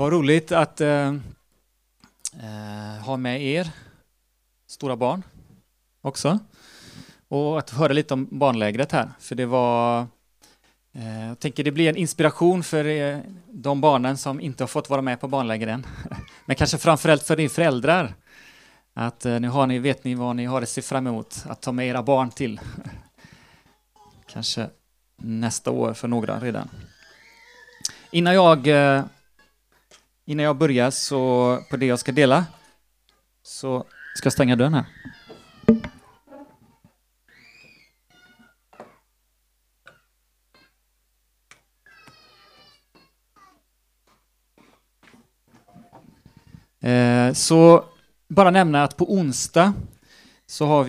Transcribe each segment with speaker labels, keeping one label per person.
Speaker 1: Vad roligt att ha med er stora barn också. Och att höra lite om barnlägret här. För det var, jag tänker det blir en inspiration för de barnen som inte har fått vara med på barnläger än. Men kanske framförallt för er föräldrar. Att nu vet ni vad ni har att se fram emot. Att ta med era barn till. Kanske nästa år för några redan. Innan jag börjar så på det jag ska dela så ska jag stänga dörren här. Så bara nämna att på onsdag så har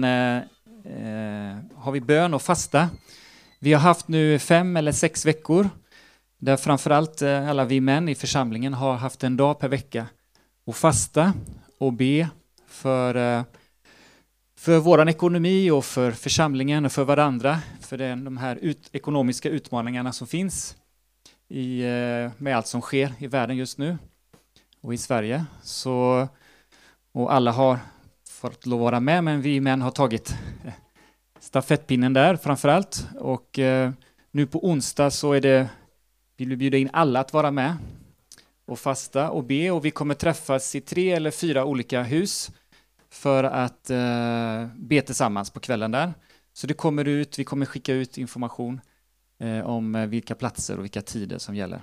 Speaker 1: vi bön och fasta. Vi har haft nu 5 eller 6 veckor där framförallt alla vi män i församlingen har haft en dag per vecka och fasta och be för våran ekonomi och för församlingen och för varandra, för de här ekonomiska utmaningarna som finns med allt som sker i världen just nu och i Sverige. Och alla har fått lov att vara med, men vi män har tagit stafettpinnen där framförallt. Och nu på onsdag så vill vi bjuda in alla att vara med och fasta och be. Och vi kommer träffas i 3 eller 4 olika hus för att be tillsammans på kvällen där. Så vi kommer skicka ut information om vilka platser och vilka tider som gäller.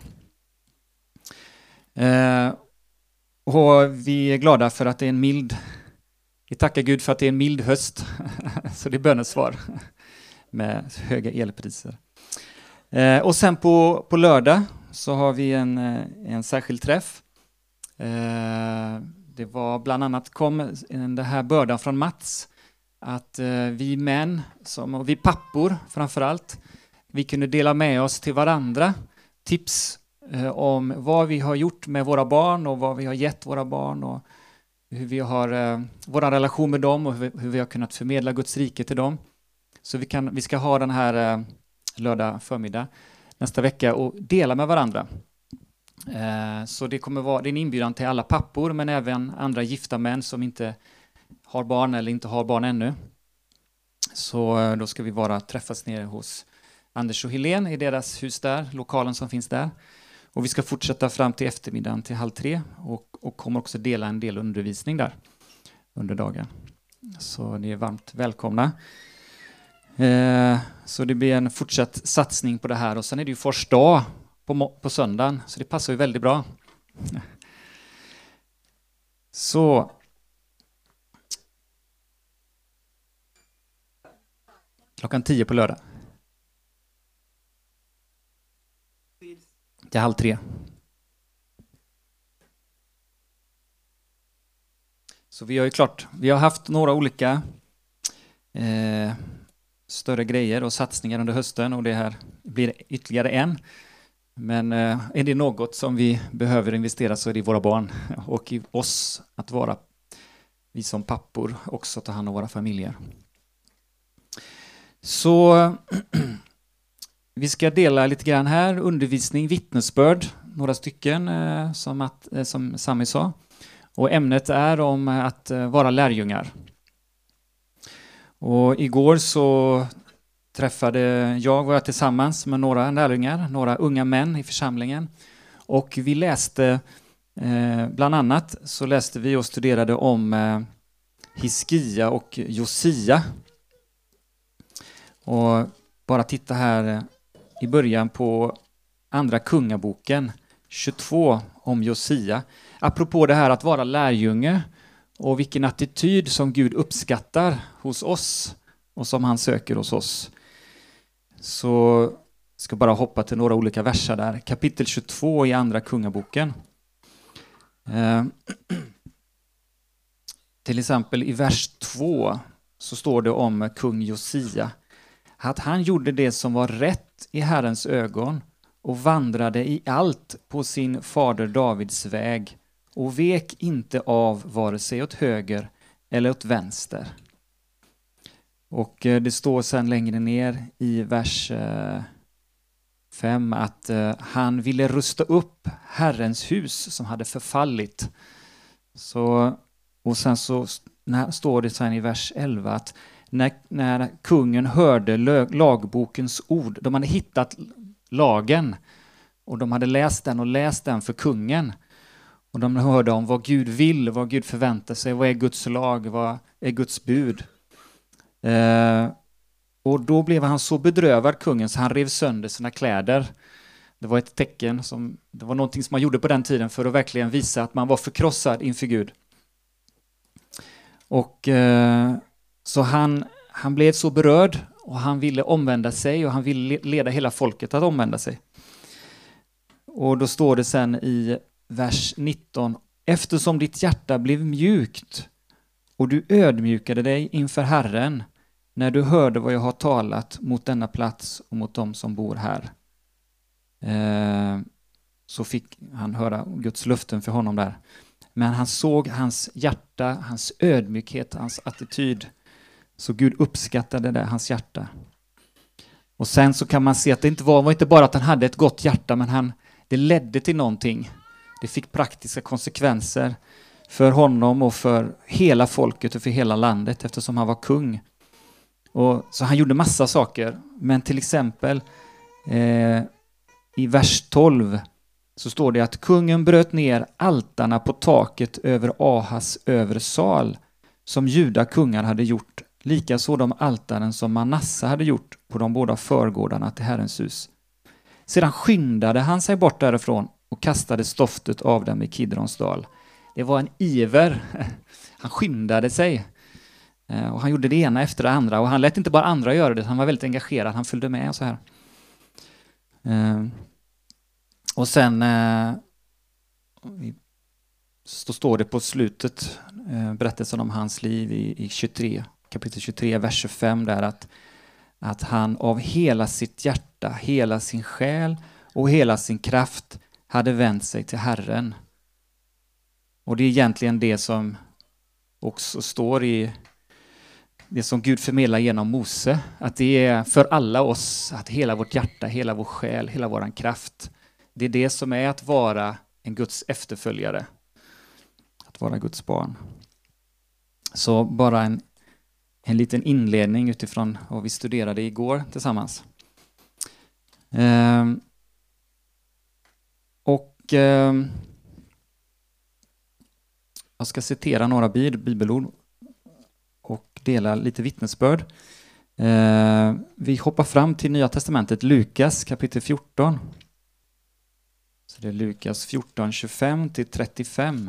Speaker 1: Och vi är glada för att det är vi tackar Gud för att det är en mild höst. Så det är bönesvar med höga elpriser. Och sen på lördag så har vi en särskild träff. Det var bland annat kom den här bördan från Mats att vi män och vi pappor framförallt, vi kunde dela med oss till varandra tips om vad vi har gjort med våra barn och vad vi har gett våra barn och hur vi har vår relation med dem och hur vi har kunnat förmedla Guds rike till dem. Så vi ska ha den här lördag förmiddag nästa vecka och dela med varandra. Så det är en inbjudan till alla pappor men även andra gifta män som inte har barn eller inte har barn ännu. Så då ska vi träffas nere hos Anders och Helene i deras hus där, lokalen som finns där. Och vi ska fortsätta fram till eftermiddagen till 2:30 och kommer också dela en del undervisning där under dagen. Så ni är varmt välkomna. Så det blir en fortsatt satsning på det här. Och sen är det ju första dag på söndagen, så det passar ju väldigt bra. Så. Klockan 10 på lördag. Till 2:30. Så vi har haft några olika större grejer och satsningar under hösten och det här blir ytterligare en. Men är det något som vi behöver investera så är det i våra barn och i oss att vara vi som pappor också ta hand om våra familjer. Så vi ska dela lite grann här, undervisning, vittnesbörd, några stycken som Sami sa. Och ämnet är om att vara lärjungar. Och igår så var jag tillsammans med några lärjungar, några unga män i församlingen. Och vi läste, bland annat så läste vi och studerade om Hiskia och Josia. Och bara titta här i början på andra kungaboken 22 om Josia. Apropå det här att vara lärjunge och vilken attityd som Gud uppskattar hos oss och som han söker hos oss. Så ska bara hoppa till några olika verser där. Kapitel 22 i andra kungaboken. Till exempel i vers 2 så står det om kung Josia. Att han gjorde det som var rätt i Herrens ögon och vandrade i allt på sin fader Davids väg och vek inte av vare sig åt höger eller åt vänster. Och det står sen längre ner i vers 5 att han ville rusta upp Herrens hus som hade förfallit. Och sen så står det sen i vers 11 att när kungen hörde lagbokens ord, de hade hittat lagen och de hade läst den för kungen. Och de hörde om vad Gud vill, vad Gud förväntar sig, vad är Guds lag, vad är Guds bud. Och då blev han så bedrövad, kungen, så han rev sönder sina kläder. Det var ett tecken, det var någonting som man gjorde på den tiden för att verkligen visa att man var förkrossad inför Gud. Och så han blev så berörd och han ville omvända sig och han ville leda hela folket att omvända sig. Och då står det sen i vers 19: eftersom ditt hjärta blev mjukt och du ödmjukade dig inför Herren när du hörde vad jag har talat mot denna plats och mot dem som bor här. Så fick han höra Guds löften för honom där. Men han såg hans hjärta, hans ödmjukhet, hans attityd. Så Gud uppskattade det, hans hjärta. Och sen så kan man se att det var inte bara att han hade ett gott hjärta, men det ledde till någonting. Det fick praktiska konsekvenser för honom och för hela folket och för hela landet eftersom han var kung. Och så han gjorde massa saker, men till exempel i vers 12 så står det att kungen bröt ner altarna på taket över Ahas övre sal som juda kungar hade gjort, likaså de altaren som Manasse hade gjort på de båda förgårdarna till Herrens hus. Sedan skyndade han sig bort därifrån och kastade stoftet av dem i Kidrons dal. Det var en iver. Han skyndade sig. Och han gjorde det ena efter det andra. Och han lät inte bara andra göra det. Han var väldigt engagerad. Han följde med så här. Och sen så står det på slutet berättelsen om hans liv i kapitel 23, vers 25 där att han av hela sitt hjärta, hela sin själ och hela sin kraft hade vänt sig till Herren. Och det är egentligen det som också står i det som Gud förmedlar genom Mose. Att det är för alla oss, att hela vårt hjärta, hela vår själ, hela våran kraft. Det är det som är att vara en Guds efterföljare. Att vara Guds barn. Så bara en liten inledning utifrån vad vi studerade igår tillsammans. Jag ska citera några bibelord och dela lite vittnesbörd. Vi hoppar fram till Nya testamentet, Lukas kapitel 14. Så det är Lukas 14, 25-35.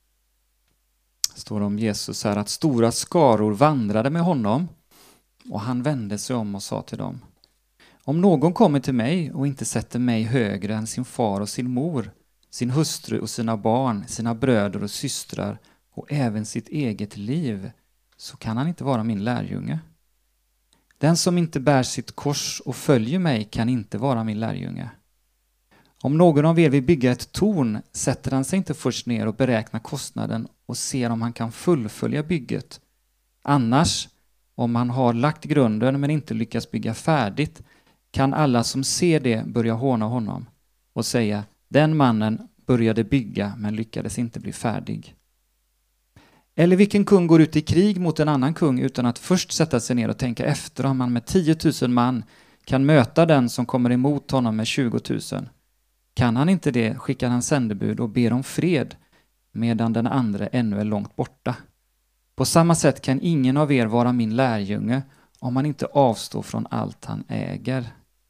Speaker 1: Står om Jesus här att stora skaror vandrade med honom och han vände sig om och sa till dem: om någon kommer till mig och inte sätter mig högre än sin far och sin mor, sin hustru och sina barn, sina bröder och systrar och även sitt eget liv, så kan han inte vara min lärjunge. Den som inte bär sitt kors och följer mig kan inte vara min lärjunge. Om någon av er vill bygga ett torn sätter han sig inte först ner och beräknar kostnaden och ser om han kan fullfölja bygget. Annars, om han har lagt grunden men inte lyckas bygga färdigt, kan alla som ser det börja håna honom och säga: den mannen började bygga men lyckades inte bli färdig. Eller vilken kung går ut i krig mot en annan kung utan att först sätta sig ner och tänka efter om han med 10 000 man kan möta den som kommer emot honom med 20 000. Kan han inte det skickar han sändebud och ber om fred medan den andra ännu är långt borta. På samma sätt kan ingen av er vara min lärjunge om han inte avstår från allt han äger.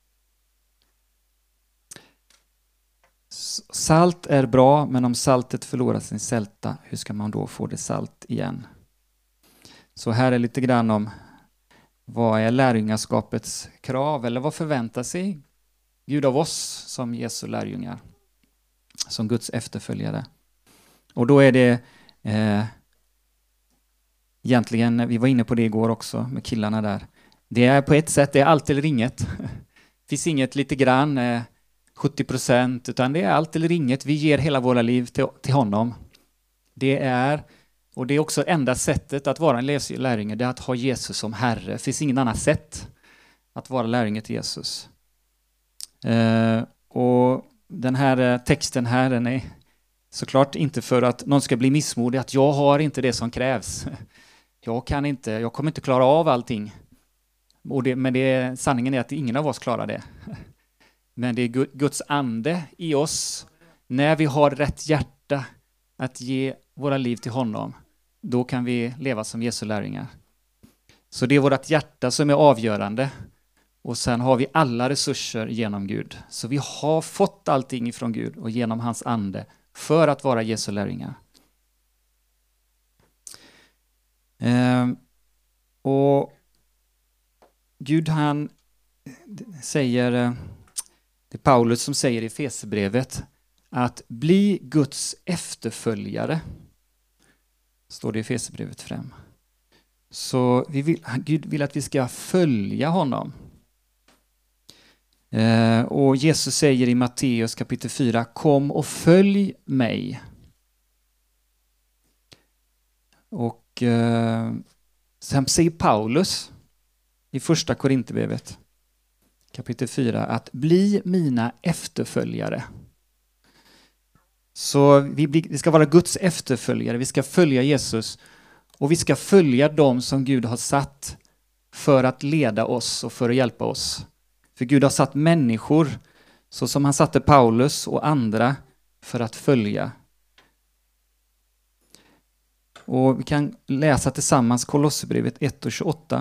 Speaker 1: Salt är bra, men om saltet förlorar sin sälta, hur ska man då få det salt igen? Så här är lite grann om vad är lärjungaskapets krav, eller vad förväntar sig Gud av oss som Jesu lärjungar, som Guds efterföljare. Och då är det egentligen, vi var inne på det igår också med killarna där. Det är på ett sätt, det är allt eller inget. Det finns inget lite grann 70%, utan det är allt eller inget. Vi ger hela våra liv till honom. Det är också enda sättet att vara en lärjunge, det är att ha Jesus som Herre. Det finns ingen annat sätt att vara lärjunge till Jesus. Och den här texten här, den är såklart inte för att någon ska bli missmodig, att jag har inte det som krävs. Jag kommer inte klara av allting. Men sanningen är att ingen av oss klarar det. Men det är Guds ande i oss, när vi har rätt hjärta att ge våra liv till honom, då kan vi leva som Jesu lärjungar. Så det är vårt hjärta som är avgörande. Och sen har vi alla resurser genom Gud. Så vi har fått allting ifrån Gud och genom hans ande för att vara Jesu lärjungar. Och Gud, han säger, det är Paulus som säger i Efesierbrevet, att bli Guds efterföljare. Står det i Efesierbrevet 5. Så Gud vill att vi ska följa honom. Och Jesus säger i Matteus kapitel 4, kom och följ mig. Och sen säger Paulus i första Korinthierbrevet kapitel 4 att bli mina efterföljare. Så vi ska vara Guds efterföljare, vi ska följa Jesus och vi ska följa dem som Gud har satt för att leda oss och för att hjälpa oss. För Gud har satt människor, så som han satte Paulus och andra, för att följa. Och vi kan läsa tillsammans Kolosserbrevet 1:28.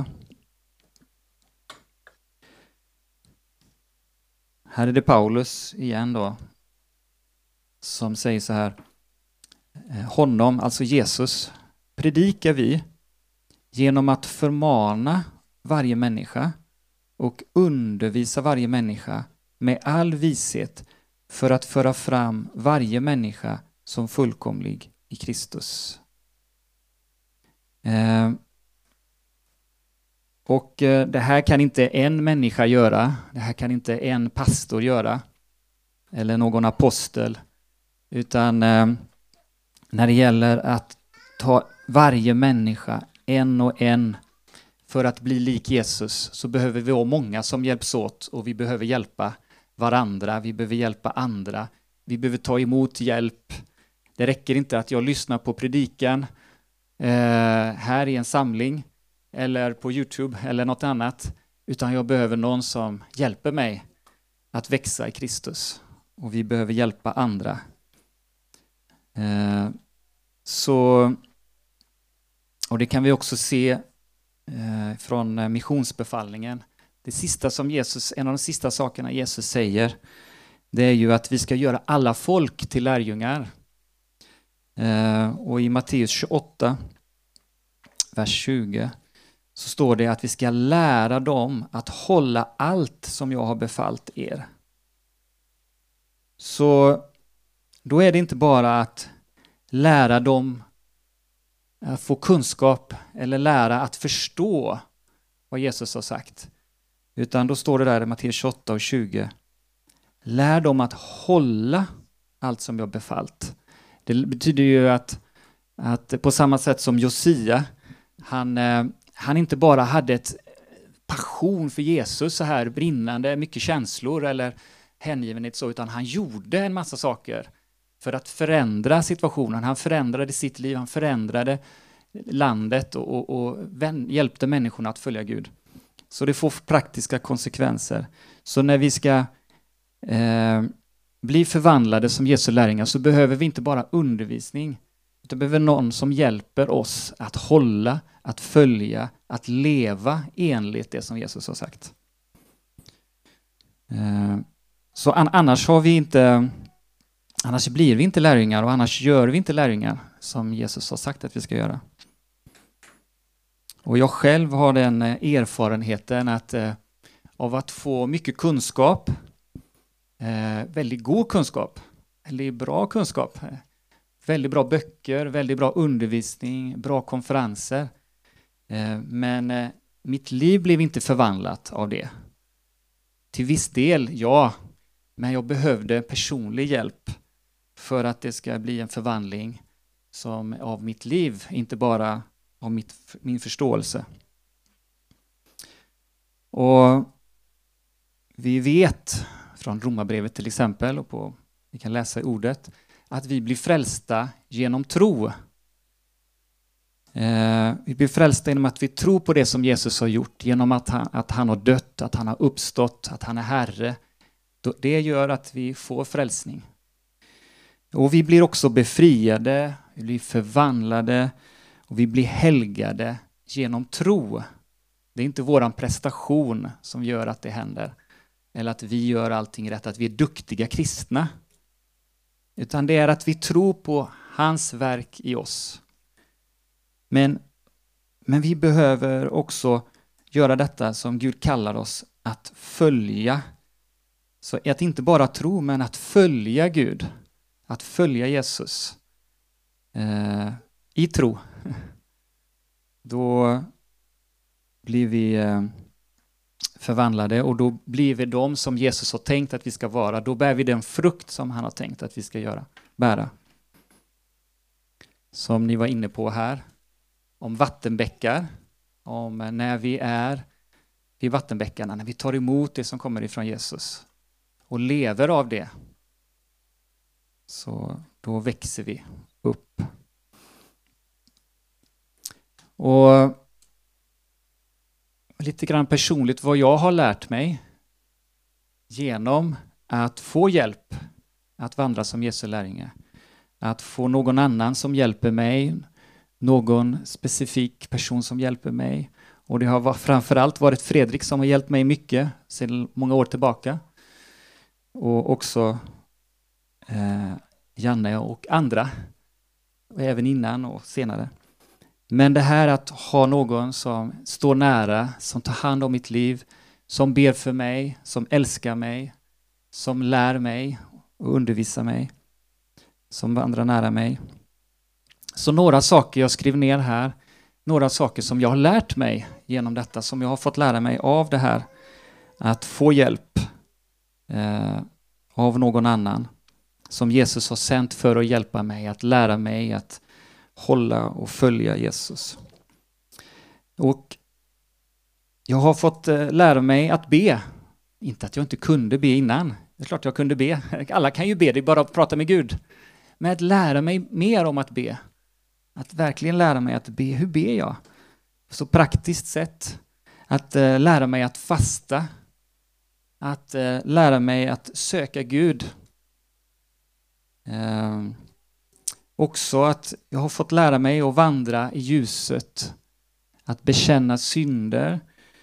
Speaker 1: Här är det Paulus igen då, som säger så här: honom, alltså Jesus, predikar vi genom att förmana varje människa och undervisa varje människa med all vishet för att föra fram varje människa som fullkomlig i Kristus. Och det här kan inte en människa göra, det här kan inte en pastor göra eller någon apostel, utan när det gäller att ta varje människa en och en för att bli lik Jesus, så behöver vi ha många som hjälps åt, och vi behöver hjälpa varandra, vi behöver hjälpa andra, vi behöver ta emot hjälp. Det räcker inte att jag lyssnar på predikan här i en samling eller på YouTube eller något annat, utan jag behöver någon som hjälper mig att växa i Kristus, och vi behöver hjälpa andra. Och det kan vi också se från missionsbefallningen. En av de sista sakerna Jesus säger, det är ju att vi ska göra alla folk till lärjungar. Och i Matteus 28, vers 20, så står det att vi ska lära dem att hålla allt som jag har befallt er. Så då är det inte bara att lära dem att få kunskap eller lära att förstå vad Jesus har sagt. Utan då står det där i Matteus 28 och 20. Lär dem att hålla allt som jag befallt. Det betyder ju att på samma sätt som Josia, han inte bara hade ett passion för Jesus, så här brinnande, mycket känslor eller hängivenhet så, utan han gjorde en massa saker för att förändra situationen. Han förändrade sitt liv, han förändrade landet och hjälpte människorna att följa Gud. Så det får praktiska konsekvenser. Så när vi ska bli förvandlade som Jesu lärjungar, så behöver vi inte bara undervisning, utan behöver någon som hjälper oss att hålla, att följa, att leva enligt det som Jesus har sagt. Så annars blir vi inte lärjungar, och annars gör vi inte lärjungar som Jesus har sagt att vi ska göra. Och jag själv har den erfarenheten av att få mycket kunskap, väldigt god kunskap, väldigt bra kunskap, väldigt bra böcker, väldigt bra undervisning, bra konferenser. Men mitt liv blev inte förvandlat av det. Till viss del, ja, men jag behövde personlig hjälp för att det ska bli en förvandling av mitt liv, inte bara av min förståelse. Och vi vet från Romarbrevet till exempel, och vi kan läsa i ordet, att vi blir frälsta genom tro. Vi blir frälsta genom att vi tror på det som Jesus har gjort, genom att han har dött, att han har uppstått, att han är Herre. Det gör att vi får frälsning. Och vi blir också befriade, vi blir förvandlade och vi blir helgade genom tro. Det är inte våran prestation som gör att det händer, eller att vi gör allting rätt, att vi är duktiga kristna. Utan det är att vi tror på hans verk i oss. Men vi behöver också göra detta som Gud kallar oss att följa. Så att inte bara tro, men att följa Gud. Att följa Jesus. I tro. Då blir vi förvandlade och då blir vi de som Jesus har tänkt att vi ska vara. Då bär vi den frukt som han har tänkt att vi ska bära. Som ni var inne på här. Om vattenbäckar. Om när vi är vid vattenbäckarna. När vi tar emot det som kommer ifrån Jesus. Och lever av det. Så då växer vi upp. Och lite grann personligt vad jag har lärt mig genom att få hjälp att vandra som Jesu lärjunge. Att få någon annan som hjälper mig, någon specifik person som hjälper mig. Och det har framförallt varit Fredrik som har hjälpt mig mycket sedan många år tillbaka. Och också Janne och andra, och även innan och senare. Men det här att ha någon som står nära, som tar hand om mitt liv, som ber för mig, som älskar mig, som lär mig och undervisar mig, som vandrar nära mig. Så några saker jag skrev ner här, några saker som jag har lärt mig genom detta, som jag har fått lära mig av det här, att få hjälp av någon annan som Jesus har sänt för att hjälpa mig, att lära mig att hålla och följa Jesus. Och jag har fått lära mig att be. Inte att jag inte kunde be innan. Det är klart jag kunde be. Alla kan ju be, det är bara att prata med Gud. Men att lära mig mer om att be. Att verkligen lära mig att be. Hur ber jag? Så praktiskt sätt. Att lära mig att fasta. Att lära mig att söka Gud. Också att jag har fått lära mig att vandra i ljuset. Att bekänna synder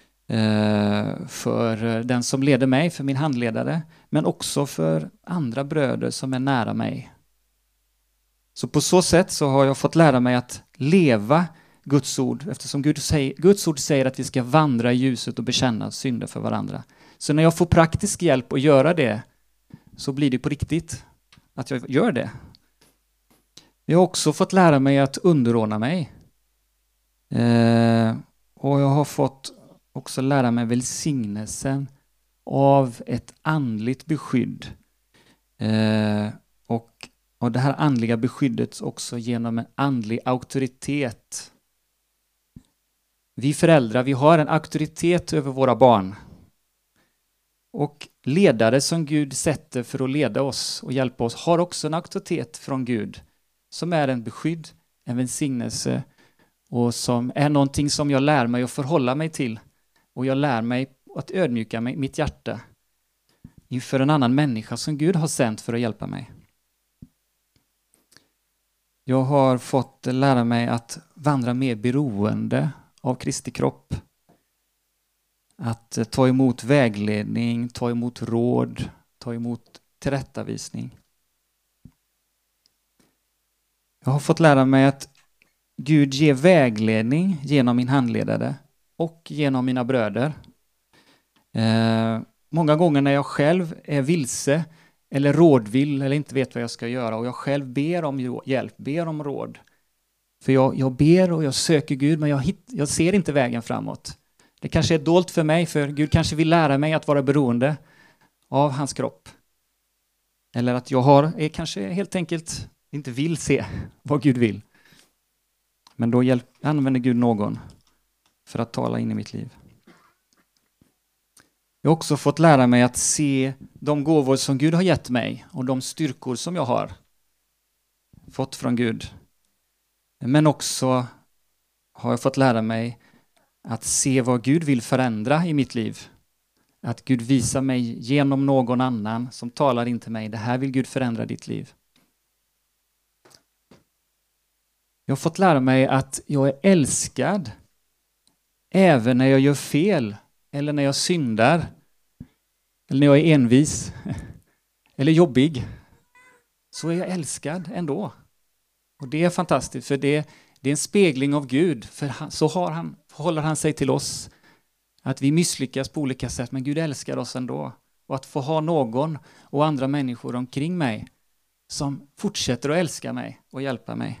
Speaker 1: för den som leder mig, för min handledare. Men också för andra bröder som är nära mig. Så på så sätt så har jag fått lära mig att leva Guds ord. Eftersom Guds ord säger att vi ska vandra i ljuset och bekänna synder för varandra. Så när jag får praktisk hjälp att göra det, så blir det på riktigt att jag gör det. Jag har också fått lära mig att underordna mig. Och jag har fått också lära mig välsignelsen av ett andligt beskydd. Och det här andliga beskyddet också genom en andlig auktoritet. Vi föräldrar, vi har en auktoritet över våra barn. Och ledare som Gud sätter för att leda oss och hjälpa oss har också en auktoritet från Gud. Som är en beskydd, en välsignelse och som är någonting som jag lär mig att förhålla mig till. Och jag lär mig att ödmjuka mitt hjärta inför en annan människa som Gud har sänt för att hjälpa mig. Jag har fått lära mig att vandra mer beroende av Kristi kropp. Att ta emot vägledning, ta emot råd, ta emot tillrättavisning. Jag har fått lära mig att Gud ger vägledning genom min handledare och genom mina bröder. Många gånger när jag själv är vilse eller rådvill eller inte vet vad jag ska göra och jag själv ber om hjälp, ber om råd. För jag ber och jag söker Gud men jag ser inte vägen framåt. Det kanske är dolt för mig, för Gud kanske vill lära mig att vara beroende av hans kropp. Eller att jag är kanske helt enkelt inte vill se vad Gud vill. Men då använder Gud någon för att tala in i mitt liv. Jag har också fått lära mig att se de gåvor som Gud har gett mig och de styrkor som jag har fått från Gud. Men också har jag fått lära mig att se vad Gud vill förändra i mitt liv. Att Gud visar mig genom någon annan som talar in till mig. Det här vill Gud förändra ditt liv. Jag har fått lära mig att jag är älskad även när jag gör fel eller när jag syndar eller när jag är envis eller jobbig. Så är jag älskad ändå. Och det är fantastiskt, för det är en spegling av Gud. För så håller han sig till oss. Att vi misslyckas på olika sätt, men Gud älskar oss ändå. Och att få ha någon och andra människor omkring mig som fortsätter att älska mig och hjälpa mig.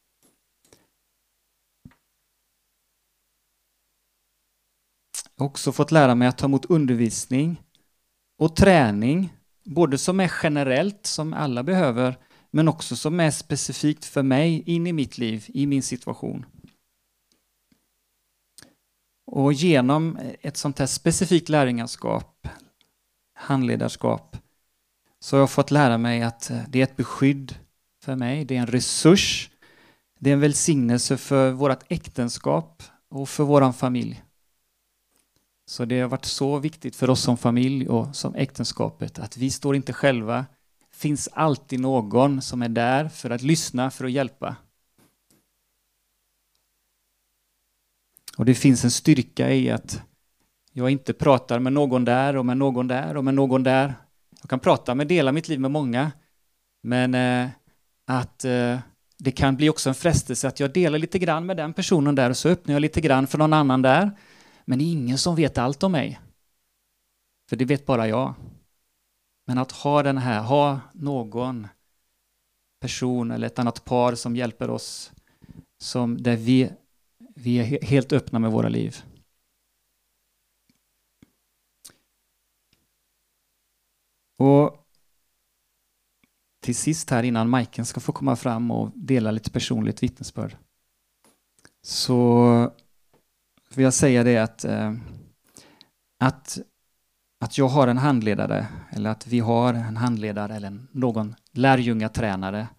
Speaker 1: Jag har också fått lära mig att ta emot undervisning och träning, både som är generellt, som alla behöver, men också som är specifikt för mig in i mitt liv, i min situation. Och genom ett sånt här specifikt lärjungaskap, handledarskap, så har jag fått lära mig att det är ett beskydd för mig, det är en resurs, det är en välsignelse för vårt äktenskap och för våran familj. Så det har varit så viktigt för oss som familj och som äktenskapet att vi står inte själva. Finns alltid någon som är där för att lyssna, för att hjälpa. Och det finns en styrka i att jag inte pratar med någon där och med någon där och med någon där. Jag kan prata med, dela mitt liv med många. Men att det kan bli också en frestelse att jag delar lite grann med den personen där och så öppnar jag lite grann för någon annan där. Men det är ingen som vet allt om mig. För det vet bara jag. Men att ha någon person eller ett annat par som hjälper oss, där vi är helt öppna med våra liv. Och till sist här, innan Majken ska få komma fram och dela lite personligt vittnesbörd, så vill jag säga det att jag har en handledare, eller att vi har en handledare eller någon lärjungatränare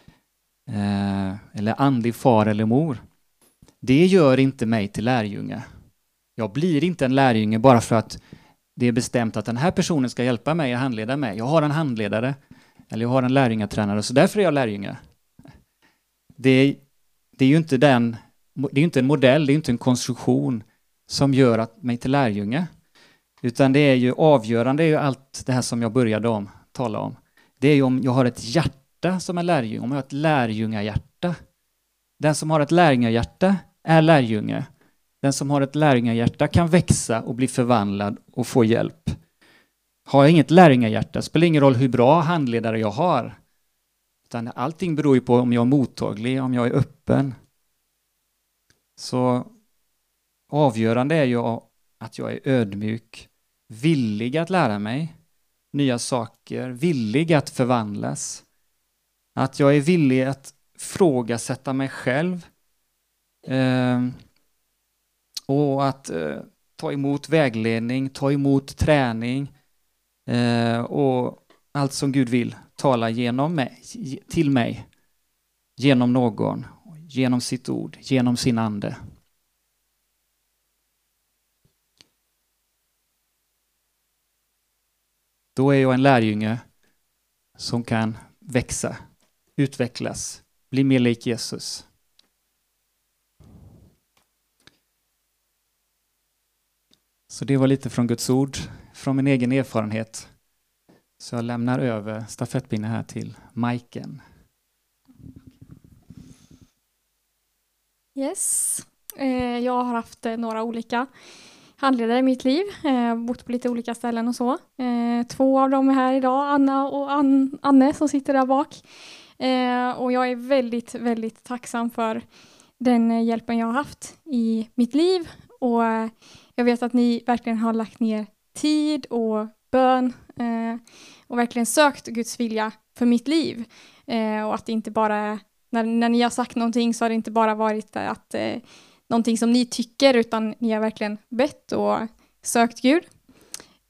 Speaker 1: eller andlig far eller mor. Det gör inte mig till lärjunge. Jag blir inte en lärjunge bara för att det är bestämt att den här personen ska hjälpa mig och handleda mig. Jag har en handledare eller jag har en lärjungatränare, så därför är jag lärjunge. Det är ju inte en modell, det är inte en konstruktion som gör mig till lärjunge. Utan det är ju avgörande, är ju allt det här som jag började tala om. Det är ju om jag har ett hjärta som är lärjunge, om jag har ett lärjungahjärta. Den som har ett lärjungahjärta är lärjunge. Den som har ett lärjungahjärta kan växa och bli förvandlad och få hjälp. Har jag inget lärjungahjärta spelar ingen roll hur bra handledare jag har. Utan allting beror ju på om jag är mottaglig, om jag är öppen. Så avgörande är ju att jag är ödmjuk, villig att lära mig nya saker, villig att förvandlas. Att jag är villig att frågasätta mig själv och att ta emot vägledning, ta emot träning och allt som Gud vill tala till mig, genom någon, genom sitt ord, genom sin ande. Då är jag en lärjunge som kan växa, utvecklas, bli mer lik Jesus. Så det var lite från Guds ord, från min egen erfarenhet. Så jag lämnar över stafettpinnen här till Majken.
Speaker 2: Yes, jag har haft några olika handledare i mitt liv, bott på lite olika ställen och så. 2 av dem är här idag, Anna och Anne som sitter där bak. Och jag är väldigt, väldigt tacksam för den hjälpen jag har haft i mitt liv. Och jag vet att ni verkligen har lagt ner tid och bön och verkligen sökt Guds vilja för mitt liv. Och att det inte bara, när ni har sagt någonting så har det inte bara varit att någonting som ni tycker, utan ni har verkligen bett och sökt Gud.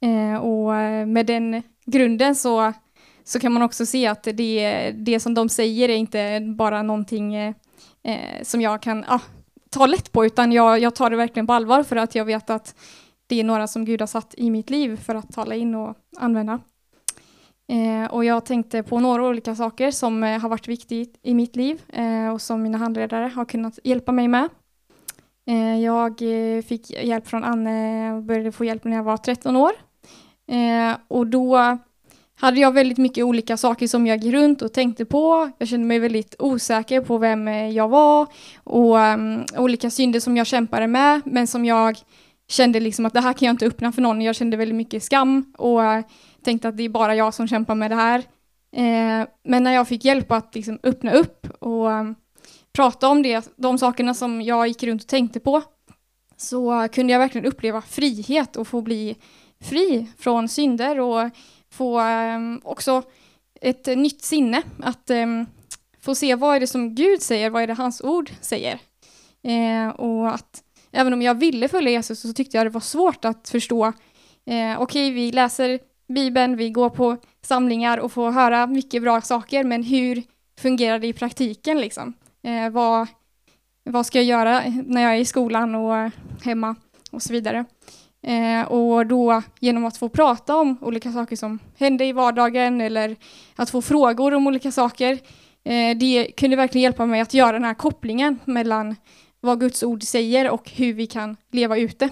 Speaker 2: Och med den grunden så kan man också se att det som de säger är inte bara någonting som jag kan ta lätt på, utan jag tar det verkligen på allvar, för att jag vet att det är några som Gud har satt i mitt liv för att tala in och använda. Och jag tänkte på några olika saker som har varit viktigt i mitt liv och som mina handledare har kunnat hjälpa mig med. Jag fick hjälp från Anne och började få hjälp när jag var 13 år. Och då hade jag väldigt mycket olika saker som jag gick runt och tänkte på. Jag kände mig väldigt osäker på vem jag var och olika synder som jag kämpade med, men som jag kände liksom att det här kan jag inte öppna för någon. Jag kände väldigt mycket skam och tänkte att det är bara jag som kämpar med det här. Men när jag fick hjälp att liksom öppna upp och prata om de sakerna som jag gick runt och tänkte på, så kunde jag verkligen uppleva frihet och få bli fri från synder och få också ett nytt sinne att få se vad är det som Gud säger, vad är det hans ord säger. Och att även om jag ville följa Jesus så tyckte jag det var svårt att förstå. Okej, vi läser Bibeln, vi går på samlingar och får höra mycket bra saker, men hur fungerar det i praktiken liksom? Vad ska jag göra när jag är i skolan och hemma och så vidare? Och då genom att få prata om olika saker som hände i vardagen eller att få frågor om olika saker, det kunde verkligen hjälpa mig att göra den här kopplingen mellan vad Guds ord säger och hur vi kan leva ute.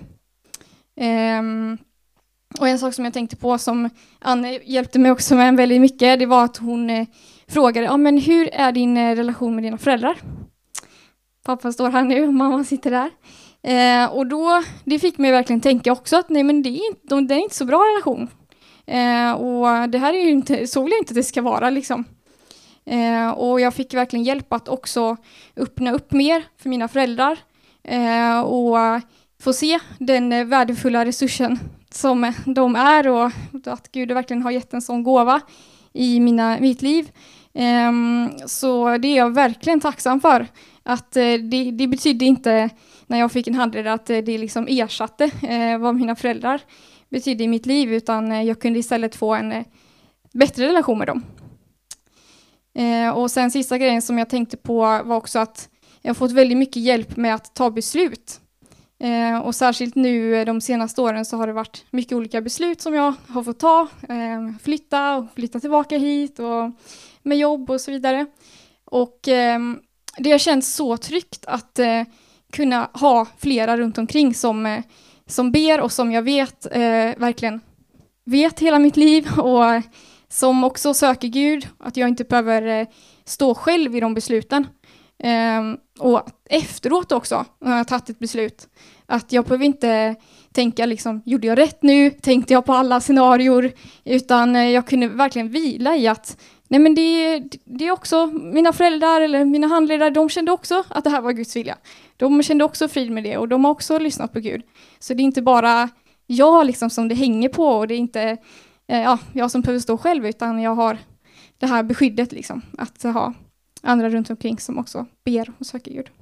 Speaker 2: Och en sak som jag tänkte på som Anne hjälpte mig också med väldigt mycket, det var att hon frågade, men hur är din relation med dina föräldrar? Pappa står här nu och mamma sitter där. Och då, det fick mig verkligen tänka också att nej, men det är inte så bra relation. Och det här är ju inte, så vill jag inte att det ska vara liksom. Och jag fick verkligen hjälp att också öppna upp mer för mina föräldrar och få se den värdefulla resursen som de är, och att Gud verkligen har gett en sån gåva i mitt liv. Så det är jag verkligen tacksam för. Att det betydde inte när jag fick en handledare att det liksom ersatte vad mina föräldrar betydde i mitt liv, utan jag kunde istället få en bättre relation med dem. Och sen sista grejen som jag tänkte på var också att jag har fått väldigt mycket hjälp med att ta beslut. Och särskilt nu de senaste åren så har det varit mycket olika beslut som jag har fått ta. Flytta tillbaka hit och med jobb och så vidare. Och det har känts så tryggt att kunna ha flera runt omkring som ber och som jag vet verkligen vet hela mitt liv och som också söker Gud, att jag inte behöver stå själv i de besluten. Och efteråt också när jag tagit ett beslut, att jag behöver inte tänka liksom, gjorde jag rätt nu? Tänkte jag på alla scenarior? Utan jag kunde verkligen vila i att nej, men det är också mina föräldrar eller mina handledare, de kände också att det här var Guds vilja. De kände också frid med det och de har också lyssnat på Gud. Så det är inte bara jag liksom som det hänger på, och det är inte jag som behöver stå själv, utan jag har det här beskyddet liksom, att ha andra runt omkring som också ber och söker Gud.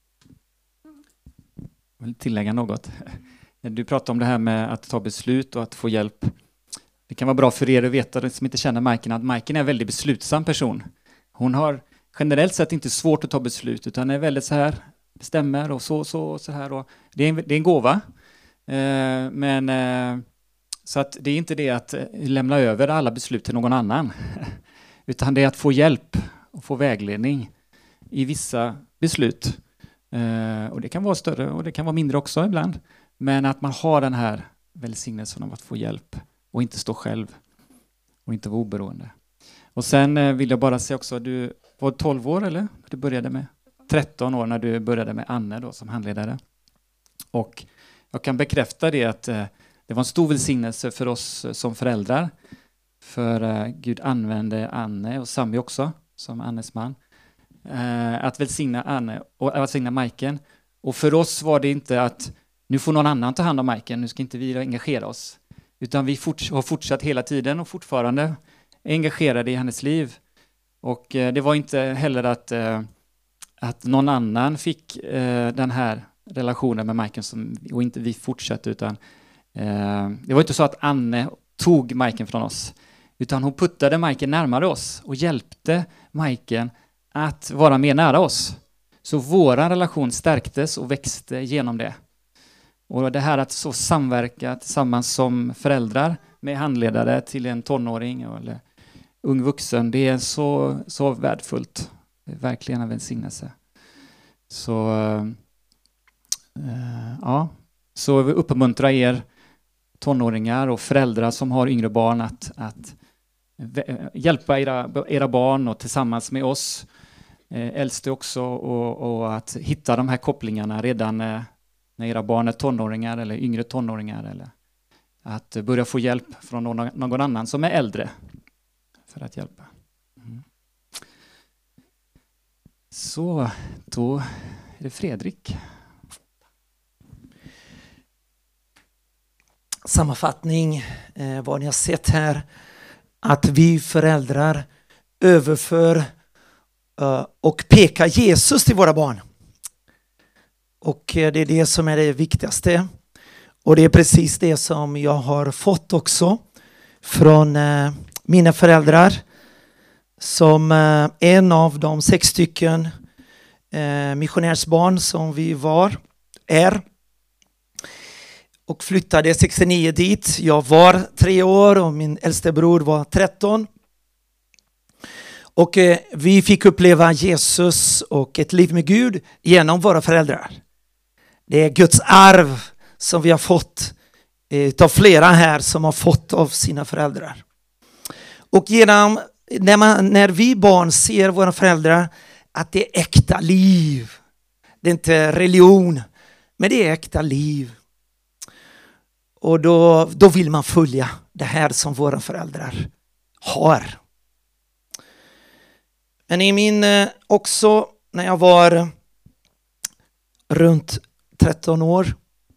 Speaker 1: Jag vill tillägga något. Du pratar om det här med att ta beslut och att få hjälp. Det kan vara bra för er att veta, som inte känner Majken, att Majken är en väldigt beslutsam person. Hon har generellt sett inte svårt att ta beslut, utan är väldigt så här, bestämmer och så här. Och det är en gåva. Så att det är inte det att lämna över alla beslut till någon annan. Utan det är att få hjälp och få vägledning i vissa beslut. Och det kan vara större och det kan vara mindre också ibland. Men att man har den här välsignelsen av att få hjälp och inte stå själv och inte vara oberoende. Och sen vill jag bara säga också, du var 12 år eller? Du började med 13 år när du började med Anne då, som handledare. Och jag kan bekräfta det att det var en stor välsignelse för oss som föräldrar. För Gud använde Anne och Sami också, som Annes man. Att välsigna Anne och välsigna Majken. Och för oss var det inte att nu får någon annan ta hand om Majken, nu ska inte vi engagera oss. Utan vi har fortsatt hela tiden och fortfarande engagerade i hennes liv. Och det var inte heller att någon annan fick den här relationen med Majken och inte vi fortsatte, utan Det var inte så att Anne tog Majken från oss, utan hon puttade Majken närmare oss och hjälpte Majken att vara mer nära oss. Så vår relation stärktes och växte genom det. Och det här att så samverka tillsammans som föräldrar med handledare till en tonåring eller ung vuxen, det är så värdefullt. Det är verkligen en välsignelse. Så vi uppmuntrar er tonåringar och föräldrar som har yngre barn att hjälpa era barn och tillsammans med oss äldste också och att hitta de här kopplingarna redan när era barn är tonåringar eller yngre tonåringar, eller att börja få hjälp från någon annan som är äldre för att hjälpa. Så då är det Fredrik.
Speaker 3: Sammanfattning, vad ni har sett här, att vi föräldrar överför och pekar Jesus till våra barn. Och det är det som är det viktigaste. Och det är precis det som jag har fått också från mina föräldrar, som en av de 6 stycken missionärsbarn som vi är. Och flyttade 69 dit. Jag var 3 år och min äldste bror var 13. Och vi fick uppleva Jesus och ett liv med Gud genom våra föräldrar. Det är Guds arv som vi har fått av flera här som har fått av sina föräldrar. Och genom när vi barn ser våra föräldrar att det är äkta liv. Det är inte religion, men det är äkta liv. Och då vill man följa det här som våra föräldrar har. Men också när jag var runt 13 år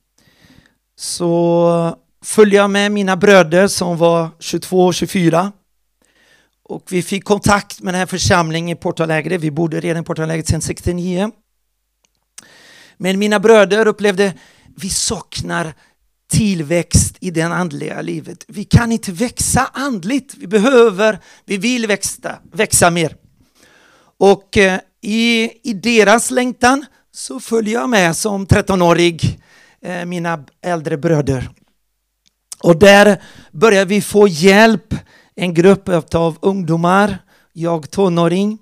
Speaker 3: så följde jag med mina bröder som var 22 och 24. Och vi fick kontakt med den här församlingen i Porto Alegre. Vi bodde redan i Porto Alegre sedan 69. Men mina bröder upplevde vi saknar tillväxt i det andliga livet. Vi kan inte växa andligt. Vi vill växa mer. Och i deras längtan så följer jag med som 13-årig mina äldre bröder. Och där börjar vi få hjälp. En grupp av ungdomar, jag tonåring,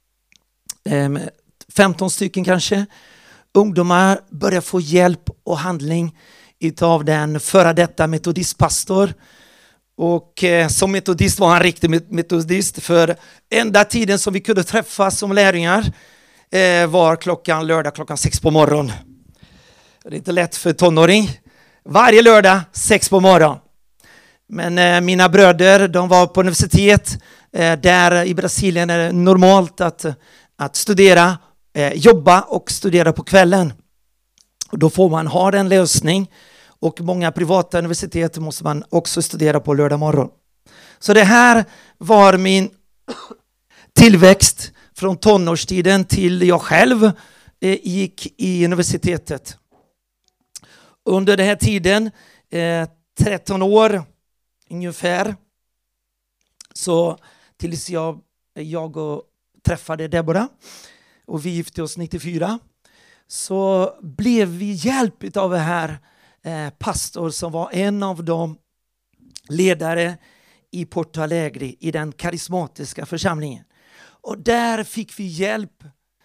Speaker 3: 15 stycken kanske. Ungdomar börjar få hjälp och handling utav den före detta metodistpastor. Och som metodist var han riktig metodist, för enda tiden som vi kunde träffas som lärjungar var lördag klockan 6 på morgonen. Det är inte lätt för tonåring. Varje lördag 6 på morgonen. Men mina bröder, de var på universitet. Där i Brasilien är det normalt att studera, jobba och studera på kvällen. Och då får man ha en lösning. Och många privata universitet måste man också studera på lördag morgon. Så det här var min tillväxt från tonårstiden till jag själv gick i universitetet. Under den här tiden, 13 år ungefär, så tills jag och träffade Deborah och vi gifte oss 94, så blev vi hjälp av det här pastor som var en av de ledare i Porto Alegre i den karismatiska församlingen. Och där fick vi hjälp,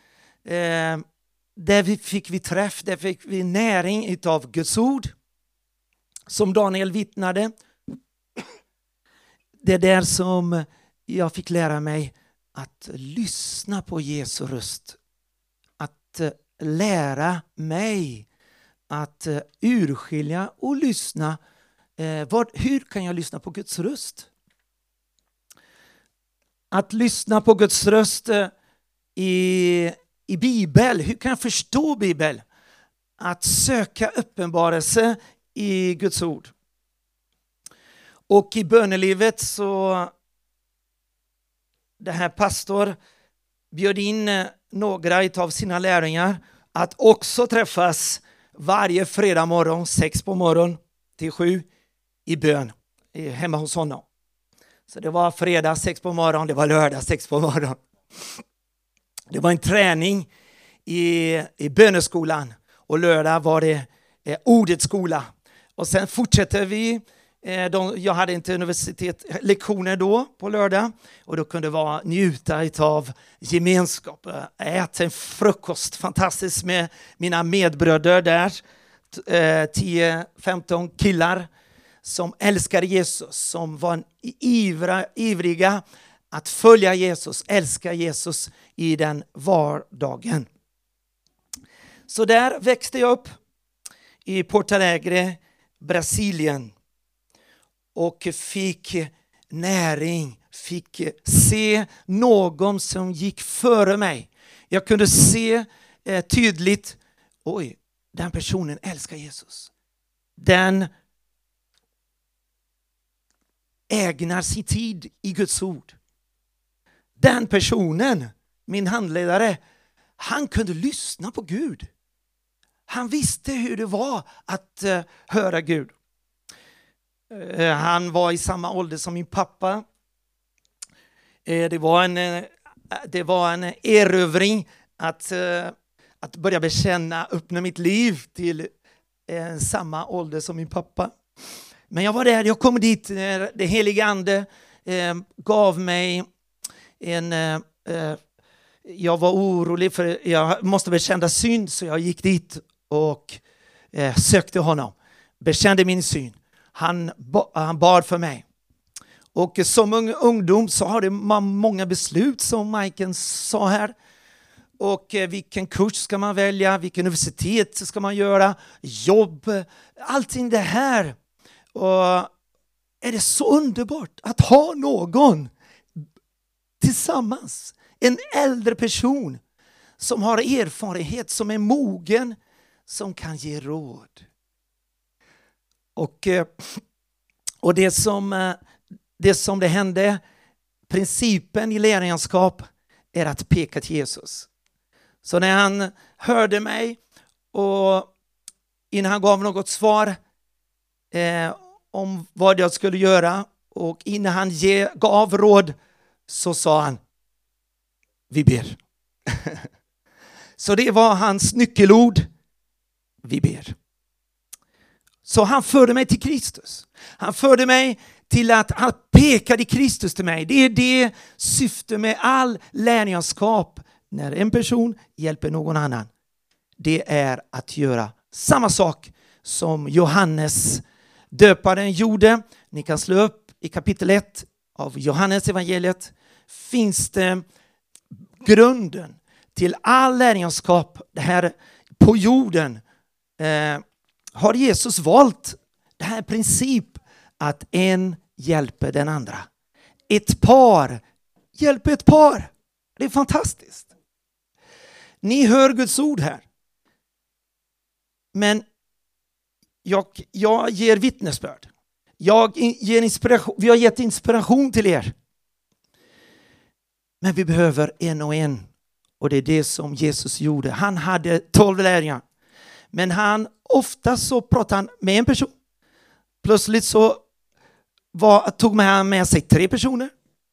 Speaker 3: där fick vi träff, där fick vi näring utav Guds ord som Daniel vittnade. Det är där som jag fick lära mig att lyssna på Jesu röst. Att lära mig att urskilja och lyssna. Hur kan jag lyssna på Guds röst? Att lyssna på Guds röst i Bibel. Hur kan jag förstå Bibel? Att söka uppenbarelse i Guds ord. Och i bönelivet så det här pastor bjöd in några av sina lärjungar att också träffas varje fredag morgon 6 på morgon 6-7 i bön hemma hos honom. Så det var fredag 6 på morgonen, det var lördag 6 på morgonen. Det var en träning i böneskolan och lördag var det ordets skola. Och sen fortsätter vi. Jag hade inte lektioner då på lördag och då kunde jag njuta av gemenskap. Äta en frukost fantastiskt med mina medbröder där. 10-15 killar som älskar Jesus, som var ivriga att följa Jesus, älska Jesus i den vardagen. Så där växte jag upp i Porto Alegre, Brasilien, och fick näring, fick se någon som gick före mig. Jag kunde se tydligt, oj, den personen älskar Jesus. Den ägnar sin tid i Guds ord. Den personen, min handledare, han kunde lyssna på Gud. Han visste hur det var att höra Gud. Han var i samma ålder som min pappa. Det var en erövring att börja bekänna, öppna mitt liv till samma ålder som min pappa. Men jag var där, jag kom dit, det heliga ande gav mig jag var orolig för jag måste bekänna synd, så jag gick dit och sökte honom. Bekände min synd. Han bad för mig. Och som ungdom så har det många beslut som Majken sa här. Och vilken kurs ska man välja? Vilken universitet ska man göra? Jobb? Allting det här. Och är det så underbart att ha någon tillsammans. En äldre person som har erfarenhet, som är mogen, som kan ge råd. Och det som det hände, principen i lärjungaskap är att peka till Jesus. Så när han hörde mig och innan han gav något svar om vad jag skulle göra och innan han gav råd så sa han, vi ber. Så det var hans nyckelord, vi ber. Så han förde mig till Kristus. Han förde mig till att han pekade Kristus till mig. Det är det syftet med all lärjungaskap. När en person hjälper någon annan. Det är att göra samma sak som Johannes döparen gjorde. Ni kan slå upp i kapitel 1 av Johannes evangeliet. Finns det grunden till all lärjungaskap det här på jorden. Har Jesus valt den här princip att en hjälper den andra. Ett par hjälper ett par. Det är fantastiskt. Ni hör Guds ord här. Men jag ger vittnesbörd. Vi har gett inspiration till er. Men vi behöver en och en. Och det är det som Jesus gjorde. Han hade 12 lärjungar. Men ofta så pratade han med en person. Plötsligt så tog han med sig 3 personer.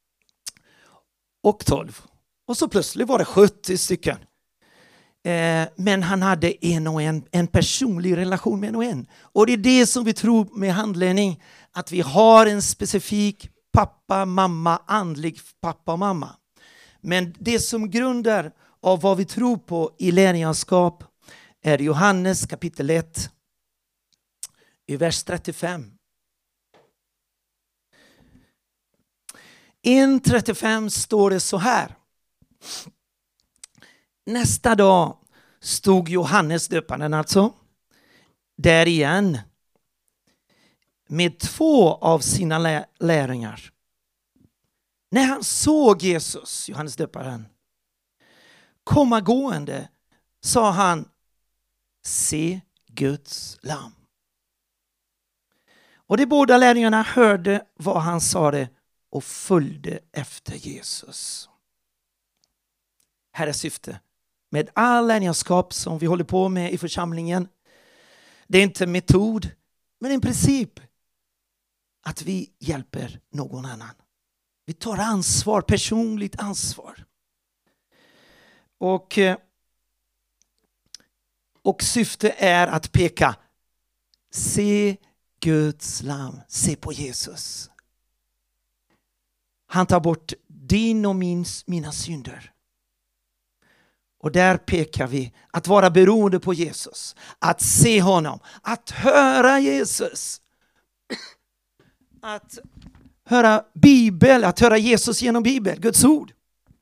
Speaker 3: Och 12. Och så plötsligt var det 70 stycken. Men han hade en personlig relation med en och en. Och det är det som vi tror med handledning. Att vi har en specifik pappa, mamma, andlig pappa och mamma. Men det som grundar av vad vi tror på i lärjungaskap är Johannes kapitel 1 i vers 35. 1:35 står det så här. Nästa dag stod Johannes döparen alltså där igen med 2 av sina lärjungar. När han såg Jesus, Johannes döparen, komma gående sa han, se Guds lamm. Och de båda lärjungarna hörde vad han sade och följde efter Jesus. Här är syftet med all lärjungaskap som vi håller på med i församlingen. Det är inte metod Men en princip att vi hjälper någon annan. Vi tar ansvar, personligt ansvar. Och syftet är att peka. Se Guds lamm, se på Jesus. Han tar bort din och mina synder. Och där pekar vi att vara beroende på Jesus. Att se honom. Att höra Jesus. Att höra Bibel. Att höra Jesus genom Bibel. Guds ord.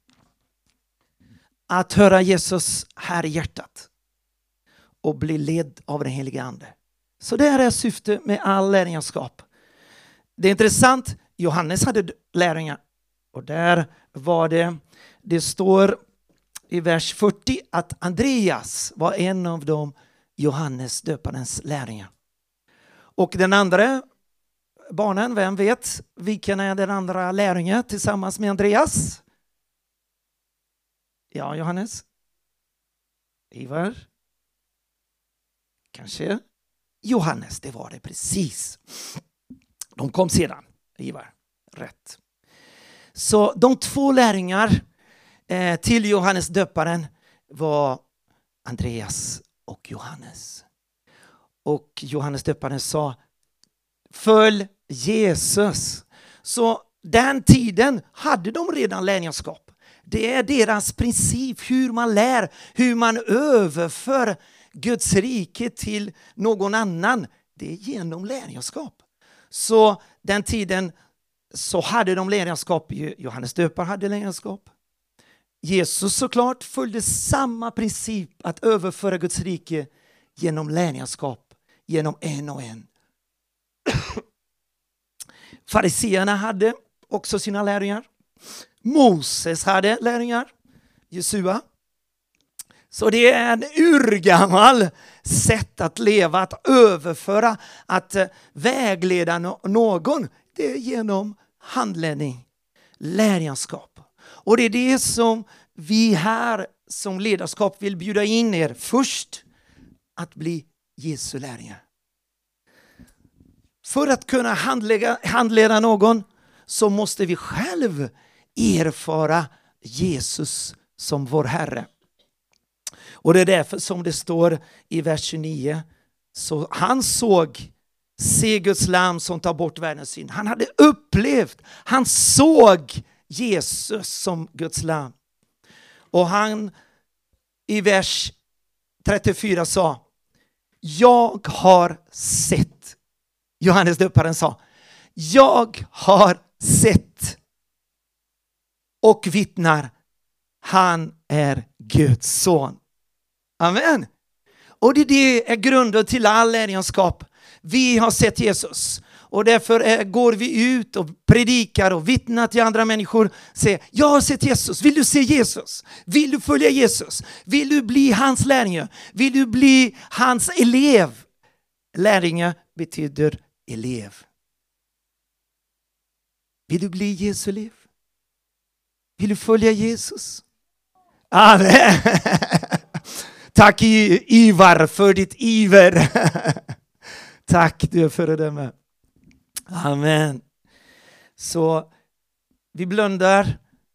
Speaker 3: Att höra Jesus här i hjärtat. Och bli ledd av den helige ande. Så det är syftet med all lärjungaskap. Det är intressant. Johannes hade lärjungar. Och där var det står i vers 40 att Andreas var en av de Johannes döparens lärjungar. Och den andra barnen, vem vet vilken är den andra lärjungen tillsammans med Andreas? Ja, Johannes? Ivar? Kanske? Johannes, det var det precis. De kom sedan, Ivar. Rätt. Så de två lärjungar till Johannes döparen var Andreas och Johannes. Och Johannes döparen sa, följ Jesus. Så den tiden hade de redan lärjungaskap. Det är deras princip, hur man lär, hur man överför Guds rike till någon annan. Det är genom lärjungaskap. Så den tiden så hade de lärjungaskap. Johannes döparen hade lärjungaskap. Jesus såklart följde samma princip att överföra Guds rike genom lärjungaskap, genom en och en. Fariseerna hade också sina lärjungar. Moses hade lärjungar, Jesua. Så det är en urgammal sätt att leva, att överföra, att vägleda någon. Det är genom handledning, lärjungaskap. Och det är det som vi här som ledarskap vill bjuda in er först, att bli Jesu lärjungar. För att kunna handleda någon så måste vi själv erfara Jesus som vår Herre. Och det är därför som det står i vers 29. Så han se Guds lamm som tar bort världens synd. Han hade upplevt, han såg Jesus som Guds lamm. Och han i vers 34 sa, jag har sett. Johannes döparen sa, jag har sett och vittnar, han är Guds son. Amen. Och det är grunden till all lärjungaskap. Vi har sett Jesus. Och därför går vi ut och predikar och vittnar till andra människor. Säger, jag har sett Jesus. Vill du se Jesus? Vill du följa Jesus? Vill du bli hans lärjunge? Vill du bli hans elev? Lärjunge betyder elev. Vill du bli Jesu elev? Vill du följa Jesus? Amen. Tack Ivar för ditt iver. Tack du för det med. Amen. Så vi blundar.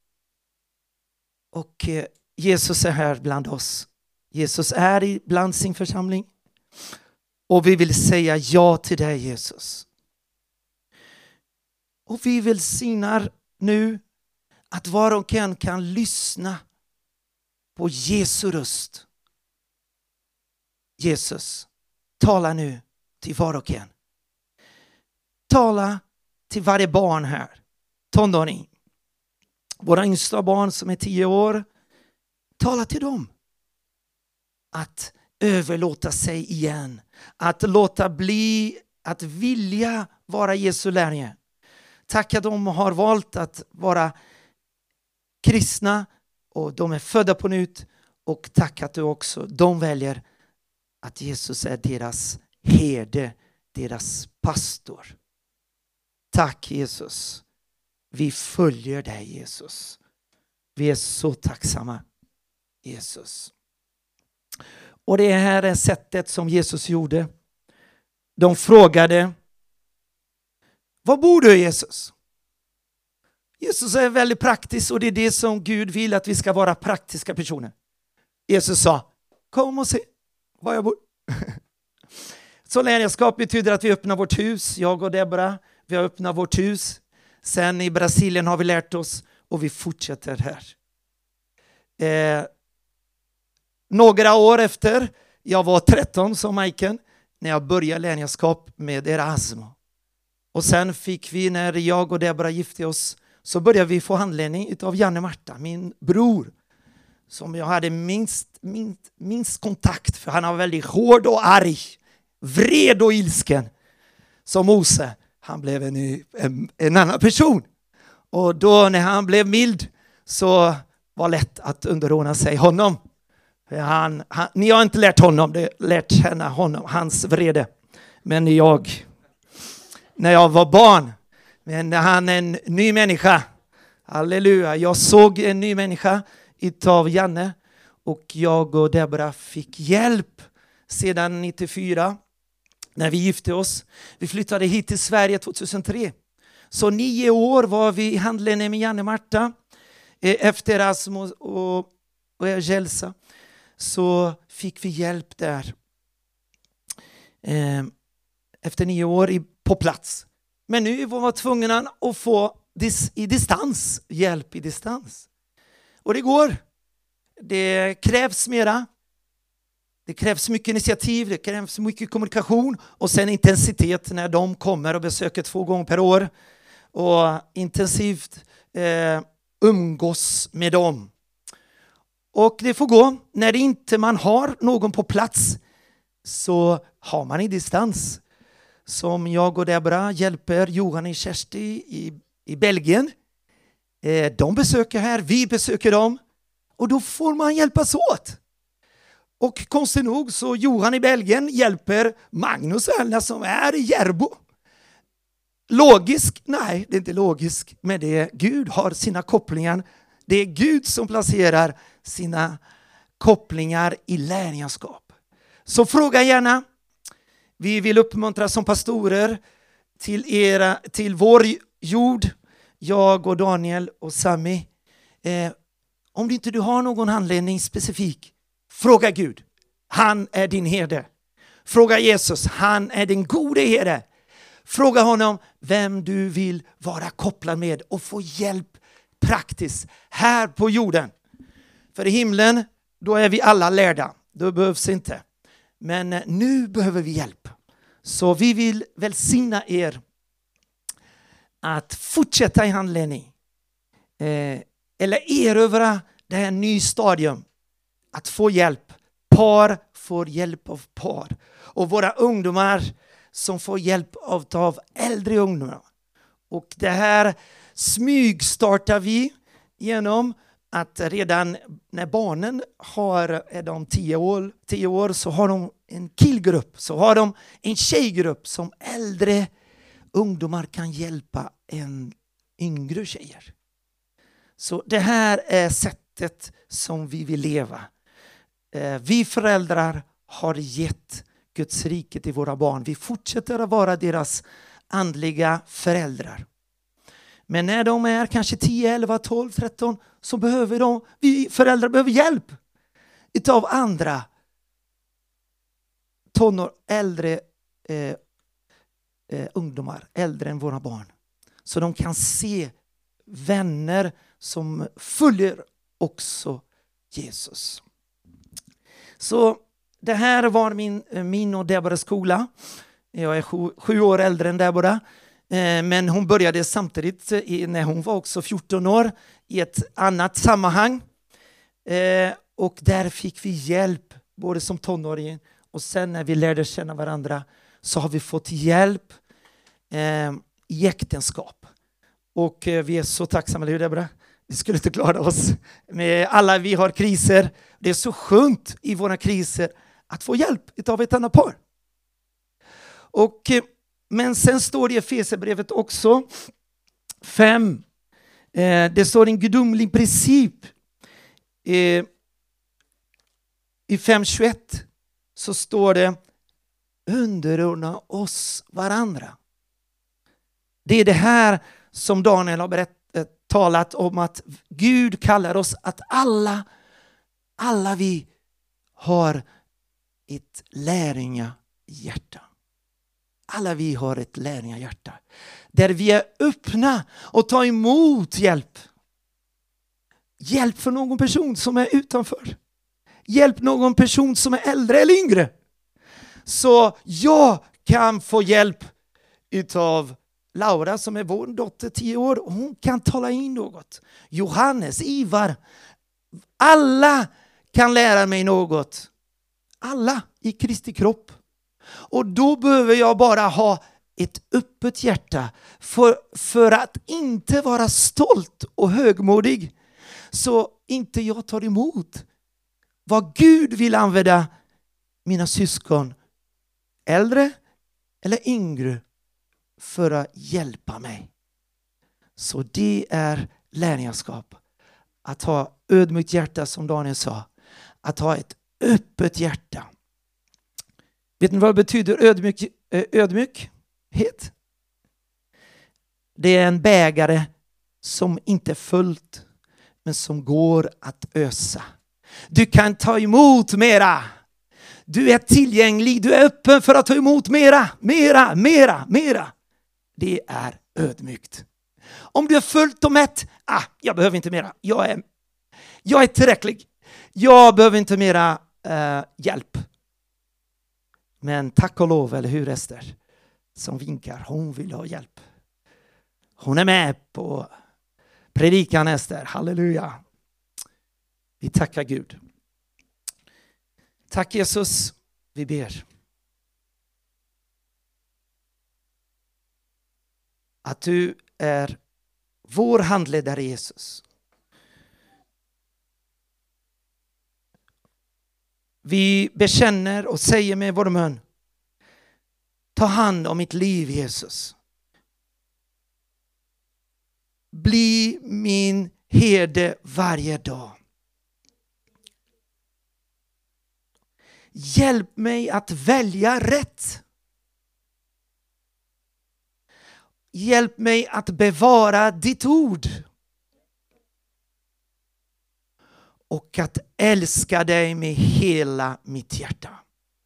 Speaker 3: Och Jesus är här bland oss. Jesus är bland sin församling. Och vi vill säga ja till dig Jesus. Och vi vill signar nu att var och en kan lyssna på Jesu röst. Jesus, tala nu till var och en. Tala till varje barn här. Tonåring. Våra yngsta barn som är 10 år. Tala till dem. Att överlåta sig igen. Att låta bli, att vilja vara Jesu lärjunge. Tack att de har valt att vara kristna och de är födda på nytt. Och tack att du också, de väljer att Jesus är deras herde, deras pastor. Tack Jesus. Vi följer dig Jesus. Vi är så tacksamma Jesus. Och det här är sättet som Jesus gjorde. De frågade: var bor du, Jesus? Jesus är väldigt praktisk, och det är det som Gud vill, att vi ska vara praktiska personer. Jesus sa: kom och se var jag bor. Så lärjungaskap betyder att vi öppnar vårt hus. Jag och Deborah, vi har öppnat vårt hus. Sen i Brasilien har vi lärt oss, och vi fortsätter här. Några år efter, jag var 13 som Maiken, när jag började lärjungaskap med Erasmo. Och sen fick vi, när jag och Deborah gifte oss, så började vi få handledning av Janne Marta, min bror, som jag hade minst kontakt för. Han var väldigt hård och arg, vred och ilsken. Som Mose, han blev en annan person. Och då när han blev mild, så var det lätt att underordna sig honom. Ni har inte lärt känna honom, hans vrede. Men när jag var barn, men han är en ny människa. Halleluja, jag såg en ny människa utav Janne, och jag och Deborah fick hjälp sedan 94 när vi gifte oss. Vi flyttade hit till Sverige 2003. Så 9 år var vi i handledning med Janne Marta. Efter Erasmus och Gelsa så fick vi hjälp där. Efter 9 år på plats. Men nu var vi tvungna att få hjälp i distans. Och det går. Det krävs mera. Det krävs mycket initiativ, det krävs mycket kommunikation, och sen intensitet när de kommer och besöker 2 gånger per år. Och intensivt umgås med dem. Och det får gå. När det inte man har någon på plats, så har man i distans. Som jag och Deborah hjälper Johan och Kersti i Belgien. De besöker här, vi besöker dem. Och då får man hjälpas åt. Och konstigt nog så Johan i Belgien hjälper Magnus och Elna som är i Järbo. Logisk? Nej, det är inte logiskt. Men Gud har sina kopplingar. Det är Gud som placerar sina kopplingar i lärjungaskap. Så fråga gärna. Vi vill uppmuntra som pastorer till vår jord. Jag och Daniel och Sami. Om inte du har någon handledning specifik, fråga Gud. Han är din herde. Fråga Jesus. Han är din gode herde. Fråga honom vem du vill vara kopplad med och få hjälp praktiskt här på jorden. För i himlen, då är vi alla lärda. Då behövs inte. Men nu behöver vi hjälp. Så vi vill välsigna er att fortsätta i handledning. Eller erövra det här nya stadium. Att få hjälp. Par får hjälp av par. Och våra ungdomar som får hjälp av äldre ungdomar. Och det här smygstartar vi genom att redan när barnen är de 10 år så har de en killgrupp. Så har de en tjejgrupp som äldre ungdomar kan hjälpa en yngre tjejer. Så det här är sättet som vi vill leva. Vi föräldrar har gett Guds rike till våra barn. Vi fortsätter att vara deras andliga föräldrar. Men när de är kanske 10, 11, 12, 13 så behöver vi föräldrar behöver hjälp utav andra äldre ungdomar, äldre än våra barn. Så de kan se vänner som följer också Jesus. Så det här var min och Deborahs skola. Jag är 7 år äldre än Deborah. Men hon började samtidigt när hon var också 14 år i ett annat sammanhang. Och där fick vi hjälp både som tonåring och sen när vi lärde känna varandra så har vi fått hjälp i äktenskap. Och vi är så tacksamma, Deborah. Vi skulle inte klara oss med alla vi har kriser. Det är så skönt i våra kriser att få hjälp av ett annat par. Men sen står det i Efesierbrevet också 5. Det står en gudomlig princip. I 5:21 så står det underordna oss varandra. Det är det här som Daniel har talat om, att Gud kallar oss att alla vi har ett lärjungahjärta. Alla vi har ett lärjungahjärta. Där vi är öppna och tar emot hjälp. Hjälp för någon person som är utanför. Hjälp någon person som är äldre eller yngre. Så jag kan få hjälp utav Laura som är vår dotter 10 år. Och hon kan tala in något. Johannes, Ivar. Alla kan lära mig något. Alla i Kristi kropp. Och då behöver jag bara ha ett öppet hjärta för att inte vara stolt och högmodig. Så inte jag tar emot vad Gud vill använda mina syskon, äldre eller yngre, för att hjälpa mig. Så det är lärjungaskap. Att ha ödmjukt hjärta, som Daniel sa. Att ha ett öppet hjärta. Vet ni vad det betyder ödmjukhet? Det är en bägare som inte är fullt, men som går att ösa. Du kan ta emot mera. Du är tillgänglig, du är öppen för att ta emot mera. Det är ödmjukt. Om du är fullt och mätt, jag behöver inte mera. Jag är tillräcklig. Jag behöver inte mera hjälp. Men tack och lov, eller hur, Ester, som vinkar, hon vill ha hjälp. Hon är med på predikan, Ester. Halleluja. Vi tackar Gud. Tack Jesus, vi ber. Att du är vår handledare, Jesus. Vi bekänner och säger med vår mun: ta hand om mitt liv, Jesus. Bli min herde varje dag. Hjälp mig att välja rätt. Hjälp mig att bevara ditt ord. Och att älska dig med hela mitt hjärta.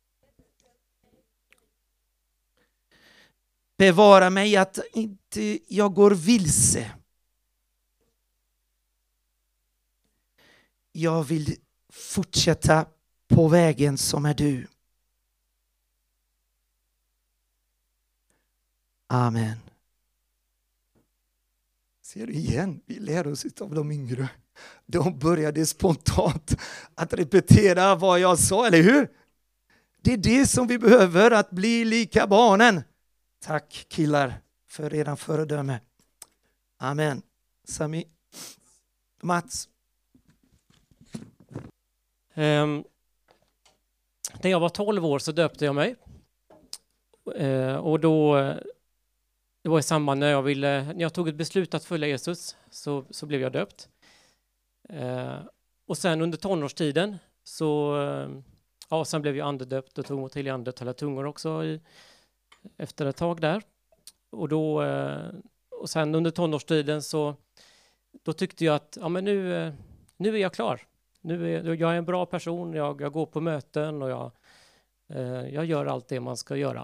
Speaker 3: Bevara mig att inte jag går vilse. Jag vill fortsätta på vägen som är du. Amen. Ser du igen? Vi lär oss av de yngre. De började spontant att repetera vad jag sa, eller hur? Det är det som vi behöver, att bli lika barnen. Tack killar för eran föredöme. Amen. Sami. Mats.
Speaker 4: När jag var 12 år så döpte jag mig. Och då, det var i samband när jag tog ett beslut att följa Jesus, så blev jag döpt. Och sen under tonårstiden sen blev jag andedöpt och tog emot helig ande, talade tungor också efter ett tag där. Och sen under tonårstiden då tyckte jag att nu är jag klar. Jag är en bra person, jag går på möten och jag gör allt det man ska göra.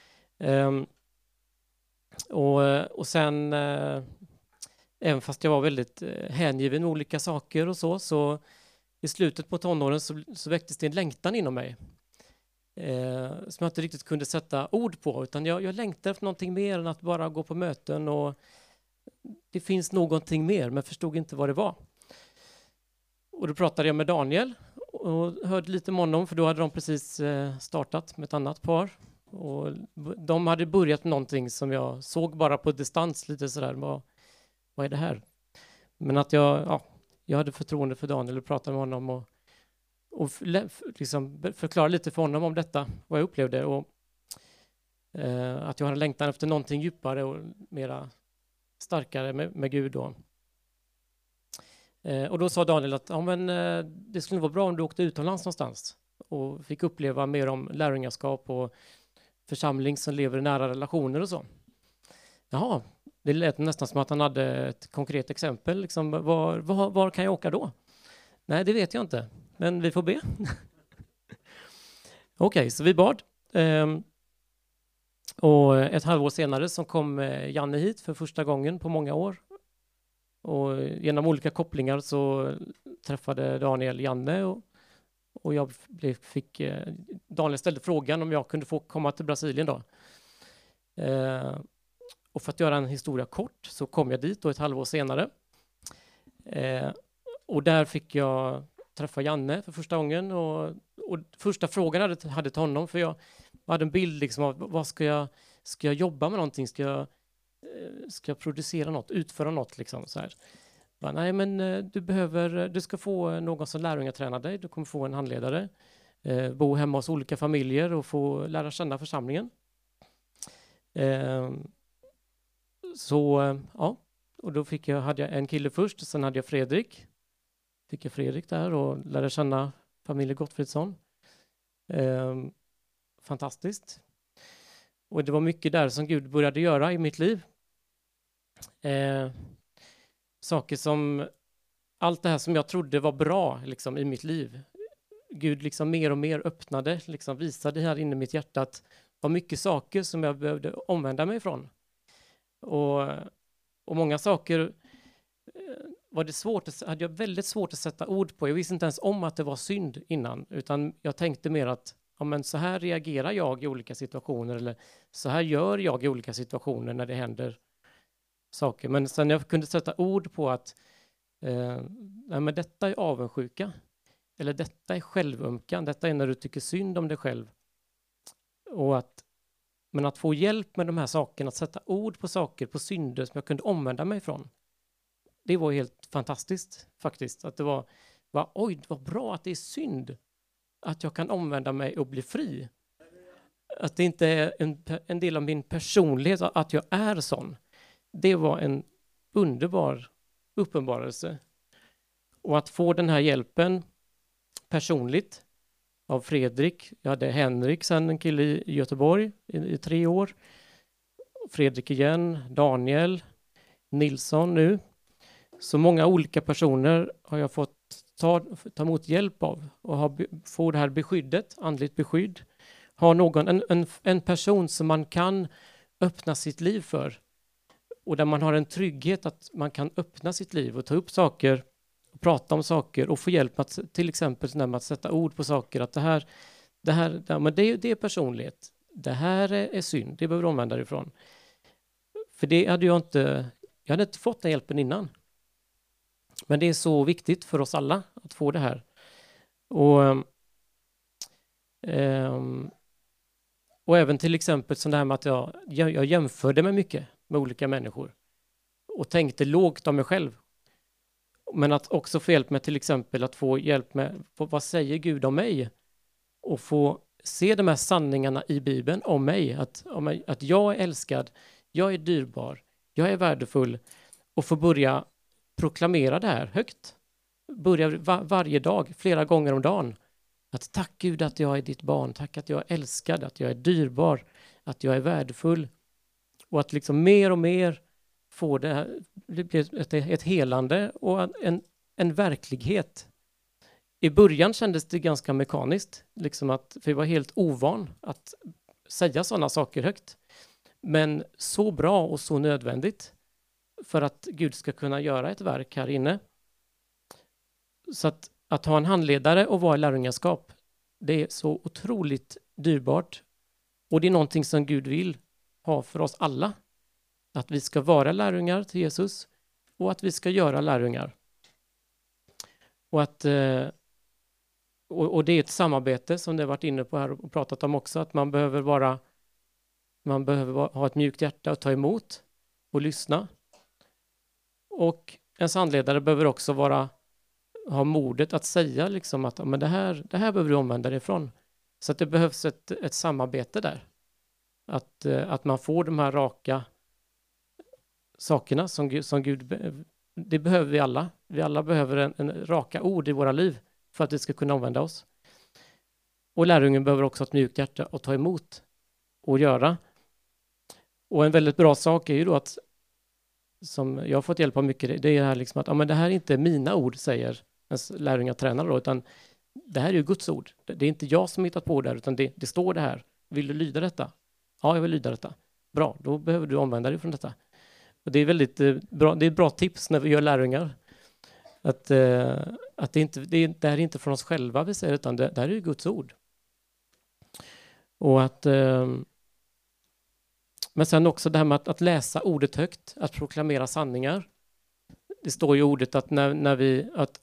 Speaker 4: Och sen, även fast jag var väldigt hängiven med olika saker och så i slutet på tonåren så väcktes det en längtan inom mig. Som jag inte riktigt kunde sätta ord på, utan jag längtade efter någonting mer än att bara gå på möten, och det finns någonting mer, men förstod inte vad det var. Och då pratade jag med Daniel och hörde lite om honom, för då hade de precis startat med ett annat par. Och de hade börjat med någonting som jag såg bara på distans, lite sådär, vad är det här? Men att jag hade förtroende för Daniel och pratade med honom och liksom förklarade lite för honom om detta, vad jag upplevde, och att jag hade längtan efter någonting djupare och mera starkare med Gud då. Och då sa Daniel att det skulle vara bra om du åkte utomlands någonstans och fick uppleva mer om lärjungaskap och församling som lever i nära relationer och så. Jaha, det lät nästan som att han hade ett konkret exempel. Liksom, var kan jag åka då? Nej, det vet jag inte, men vi får be. Okej, så vi bad. Och ett halvår senare så kom Janne hit för första gången på många år. Och genom olika kopplingar så träffade Daniel Janne och jag fick Daniel ställde frågan om jag kunde få komma till Brasilien då. Och för att göra en historia kort så kom jag dit då ett halvår senare. Och där fick jag träffa Janne för första gången och första frågan hade till honom, för jag hade en bild liksom av vad ska jag jobba med någonting, ska jag producera något, utföra något liksom så här. Nej, men du ska få någon som lärjungatränar dig, du kommer få en handledare, bo hemma hos olika familjer och få lära känna församlingen. Och då hade jag en kille först, sen hade jag Fredrik. Fick jag Fredrik där och lärde känna familjen Gottfridsson. Fantastiskt. Och det var mycket där som Gud började göra i mitt liv. Saker som, allt det här som jag trodde var bra liksom, i mitt liv. Gud liksom mer och mer öppnade, liksom, visade här inne i mitt hjärta att det var mycket saker som jag behövde omvända mig ifrån. Och många saker hade jag väldigt svårt att sätta ord på. Jag visste inte ens om att det var synd innan, utan jag tänkte mer att men så här reagerar jag i olika situationer, eller så här gör jag i olika situationer när det händer saker. Men sen jag kunde sätta ord på att men detta är avundsjuka, eller detta är självömkan, detta är när du tycker synd om dig själv. Men att få hjälp med de här sakerna, att sätta ord på saker, på synder som jag kunde omvända mig från. Det var helt fantastiskt faktiskt. Att det var oj, vad bra att det är synd. Att jag kan omvända mig och bli fri. Att det inte är en del av min personlighet att jag är sån. Det var en underbar uppenbarelse. Och att få den här hjälpen personligt av Fredrik. Jag hade Henrik sen, en kille i Göteborg i 3 år. Fredrik igen, Daniel, Nilsson nu. Så många olika personer har jag fått ta emot hjälp av och få det här beskyddet, andligt beskydd. Ha någon, en person som man kan öppna sitt liv för. Och där man har en trygghet att man kan öppna sitt liv och ta upp saker och prata om saker och få hjälp att till exempel med att sätta ord på saker, att men det är personlighet. Det här är synd, det behöver du omvända dig ifrån. För det hade jag hade inte fått den hjälpen innan. Men det är så viktigt för oss alla att få det här. Och även till exempel som det här med att jag jämförde mig mycket med olika människor. Och tänkte lågt om mig själv. Men att också få hjälp med till exempel att få hjälp med vad säger Gud om mig? Och få se de här sanningarna i Bibeln om mig. Att jag är älskad, jag är dyrbar, jag är värdefull. Och få börja proklamera det här högt. Börja varje dag, flera gånger om dagen. Att tack Gud att jag är ditt barn. Tack att jag är älskad, att jag är dyrbar, att jag är värdefull. Och att liksom mer och mer få det här, det blir ett helande och en verklighet. I början kändes det ganska mekaniskt. Liksom för jag var helt ovan att säga sådana saker högt. Men så bra och så nödvändigt. För att Gud ska kunna göra ett verk här inne. Så att ha en handledare och vara i lärjungaskap, det är så otroligt dyrbart. Och det är någonting som Gud vill ha för oss alla. Att vi ska vara lärjungar till Jesus och att vi ska göra lärjungar. Och det är ett samarbete som det har varit inne på här och pratat om också, att man behöver ha ett mjukt hjärta och ta emot och lyssna. Och en handledare behöver också ha modet att säga liksom att men det här behöver du omvända dig ifrån. Så att det behövs ett samarbete där. Att man får de här raka sakerna som Gud, det behöver vi alla. Vi alla behöver en raka ord i våra liv för att vi ska kunna omvända oss. Och lärjungen behöver också ett mjukt hjärta och ta emot att göra. Och en väldigt bra sak är ju då att, som jag har fått hjälp av mycket, det är här liksom att ja, men det här är inte mina ord, säger en lärjungatränare då, utan det här är ju Guds ord. Det är inte jag som hittat på det här, utan det står det här. Vill du lyda detta? Ja, jag vill lyda detta. Bra, då behöver du omvända dig från detta. Och det är väldigt bra, det är ett bra tips när vi gör lärjungar. Att det här är inte från oss själva vi säger, utan det här är ju Guds ord. Och att men sen också det här med att läsa ordet högt, att proklamera sanningar. Det står ju ordet att att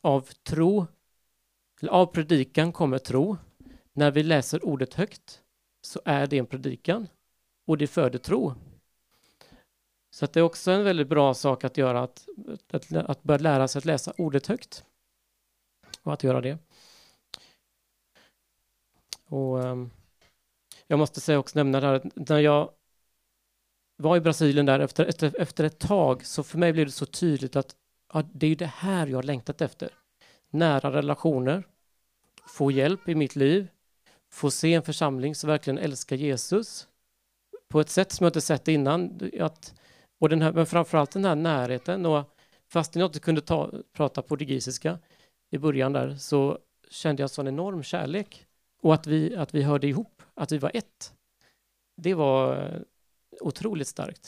Speaker 4: av predikan kommer tro. När vi läser ordet högt så är det en predikan och det föder tro. Så att det är också en väldigt bra sak att göra, att börja lära sig att läsa ordet högt och att göra det. Och jag måste säga också, nämna det här, när jag var i Brasilien där efter ett tag, så för mig blev det så tydligt att det är det här jag har längtat efter. Nära relationer, få hjälp i mitt liv, få se en församling som verkligen älskar Jesus på ett sätt som jag inte sett innan. Men framförallt den här närheten. Och fast jag inte kunde prata portugisiska i början där, så kände jag sån enorm kärlek. Och att vi hörde ihop, att vi var ett. Det var otroligt starkt.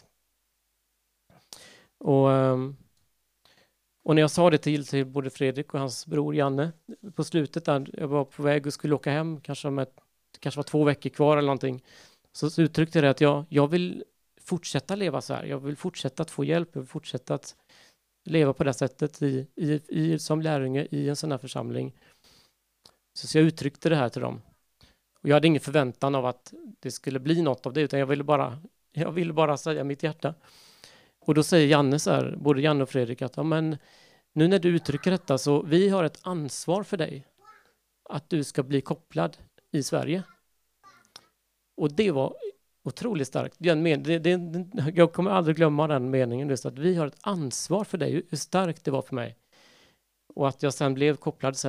Speaker 4: Och när jag sa det till både Fredrik och hans bror Janne på slutet där, jag var på väg och skulle åka hem, kanske var 2 veckor kvar eller någonting, så uttryckte jag det att jag vill fortsätta leva så här. Jag vill fortsätta att få hjälp, jag vill fortsätta att leva på det sättet som lärjunge i en sån här församling. Så jag uttryckte det här till dem. Och jag hade ingen förväntan av att det skulle bli något av det, utan jag ville bara säga mitt hjärta. Och då säger Janne så här, både Janne och Fredrik, att men nu när du uttrycker detta, så vi har ett ansvar för dig att du ska bli kopplad i Sverige. Och det var otroligt starkt. Jag kommer aldrig glömma den meningen, just att vi har ett ansvar för dig, hur starkt det var för mig. Och att jag sen blev kopplad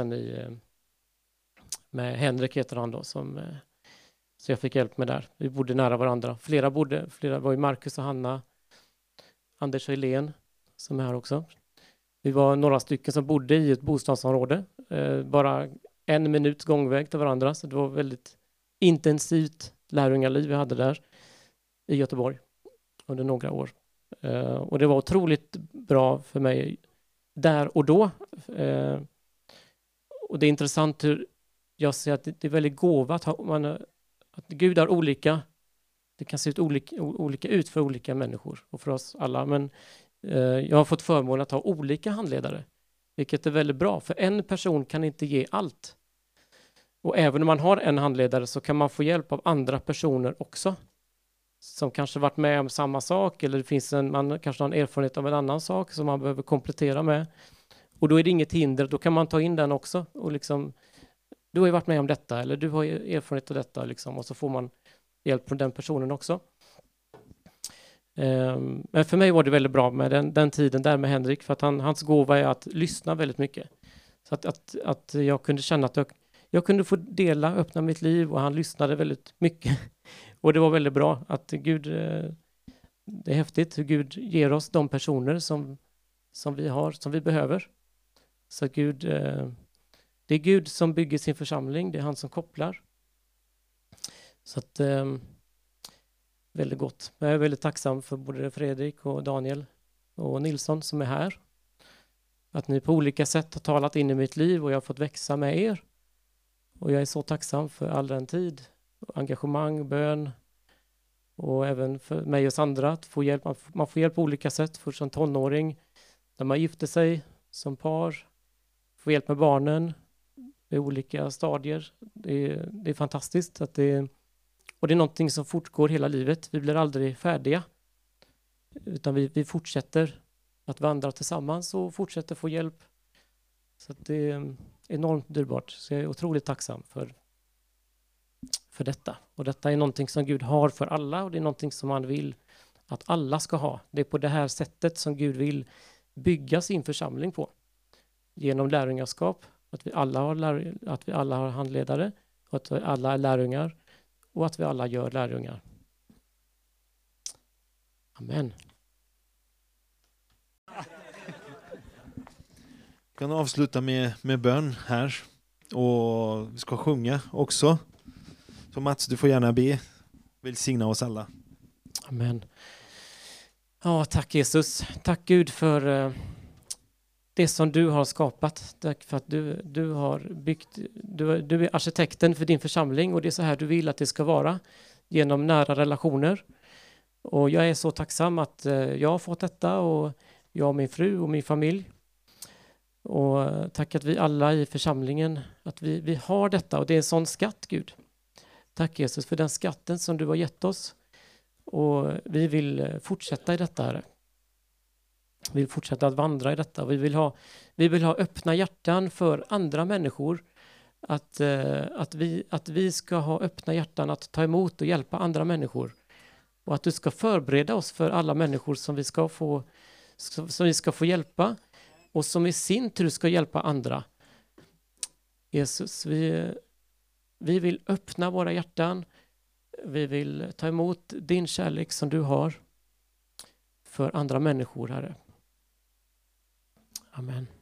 Speaker 4: med Henrik heter han då, så jag fick hjälp med där. Vi bodde nära varandra. Flera var ju Marcus och Hanna, Anders och Helene som är här också. Vi var några stycken som bodde i ett bostadsområde, bara 1 minuts gångväg till varandra, så det var väldigt intensivt lärjungaliv vi hade där i Göteborg under några år. Och det var otroligt bra för mig där och då. Och det är intressant hur jag ser att det är väldigt gåva att Gud har olika, det kan se ut olika ut för olika människor och för oss alla, men jag har fått förmånen att ha olika handledare, vilket är väldigt bra, för en person kan inte ge allt. Och även om man har en handledare så kan man få hjälp av andra personer också, som kanske varit med om samma sak, eller man kanske har en erfarenhet av en annan sak som man behöver komplettera med. Och då är det inget hinder, då kan man ta in den också och liksom, du har ju varit med om detta, eller du har erfarenhet av detta liksom, och så får man hjälp från den personen också. Men för mig var det väldigt bra med den tiden där med Henrik, för att hans gåva är att lyssna väldigt mycket. Så att jag kunde känna att jag kunde få öppna mitt liv, och han lyssnade väldigt mycket. Och det var väldigt bra att Gud, det är häftigt hur Gud ger oss de personer som vi har, som vi behöver. Så Gud, det är Gud som bygger sin församling, det är han som kopplar. Så att väldigt gott. Jag är väldigt tacksam för både Fredrik och Daniel och Nilsson som är här. Att ni på olika sätt har talat in i mitt liv och jag har fått växa med er. Och jag är så tacksam för all den tid, engagemang, bön och även för mig och Sandra att få hjälp. Man får hjälp på olika sätt, först som tonåring, när man gifter sig som par, få hjälp med barnen i olika stadier. Det är fantastiskt och det är någonting som fortgår hela livet. Vi blir aldrig färdiga, utan vi fortsätter att vandra tillsammans och fortsätter få hjälp. Så att det är enormt dyrbart. Så jag är otroligt tacksam för detta. Och detta är någonting som Gud har för alla, och det är någonting som han vill att alla ska ha. Det är på det här sättet som Gud vill bygga sin församling på. Genom lärjungaskap, att vi alla har handledare, och att vi alla är lärjungar, och att vi alla gör lärjungar. Amen.
Speaker 5: Vi kan avsluta med bön här. Och vi ska sjunga också. Så Mats, du får gärna be. Välsigna oss alla.
Speaker 4: Amen. Ja, tack Jesus. Tack Gud för det som du har skapat. Tack för att du har byggt, du är arkitekten för din församling och det är så här du vill att det ska vara genom nära relationer. Och jag är så tacksam att jag har fått detta och jag och min fru och min familj. Och tack att vi alla i församlingen, att vi har detta och det är en sån skatt Gud. Tack Jesus för den skatten som du har gett oss. Och vi vill fortsätta i detta, Herre. Vi vill fortsätta att vandra i detta. Vi vill ha öppna hjärtan för andra människor. Att vi ska ha öppna hjärtan att ta emot och hjälpa andra människor. Och att du ska förbereda oss för alla människor som vi ska få hjälpa. Och som i sin tur ska hjälpa andra. Jesus, vi vill öppna våra hjärtan. Vi vill ta emot din kärlek som du har för andra människor, Herre. Amen.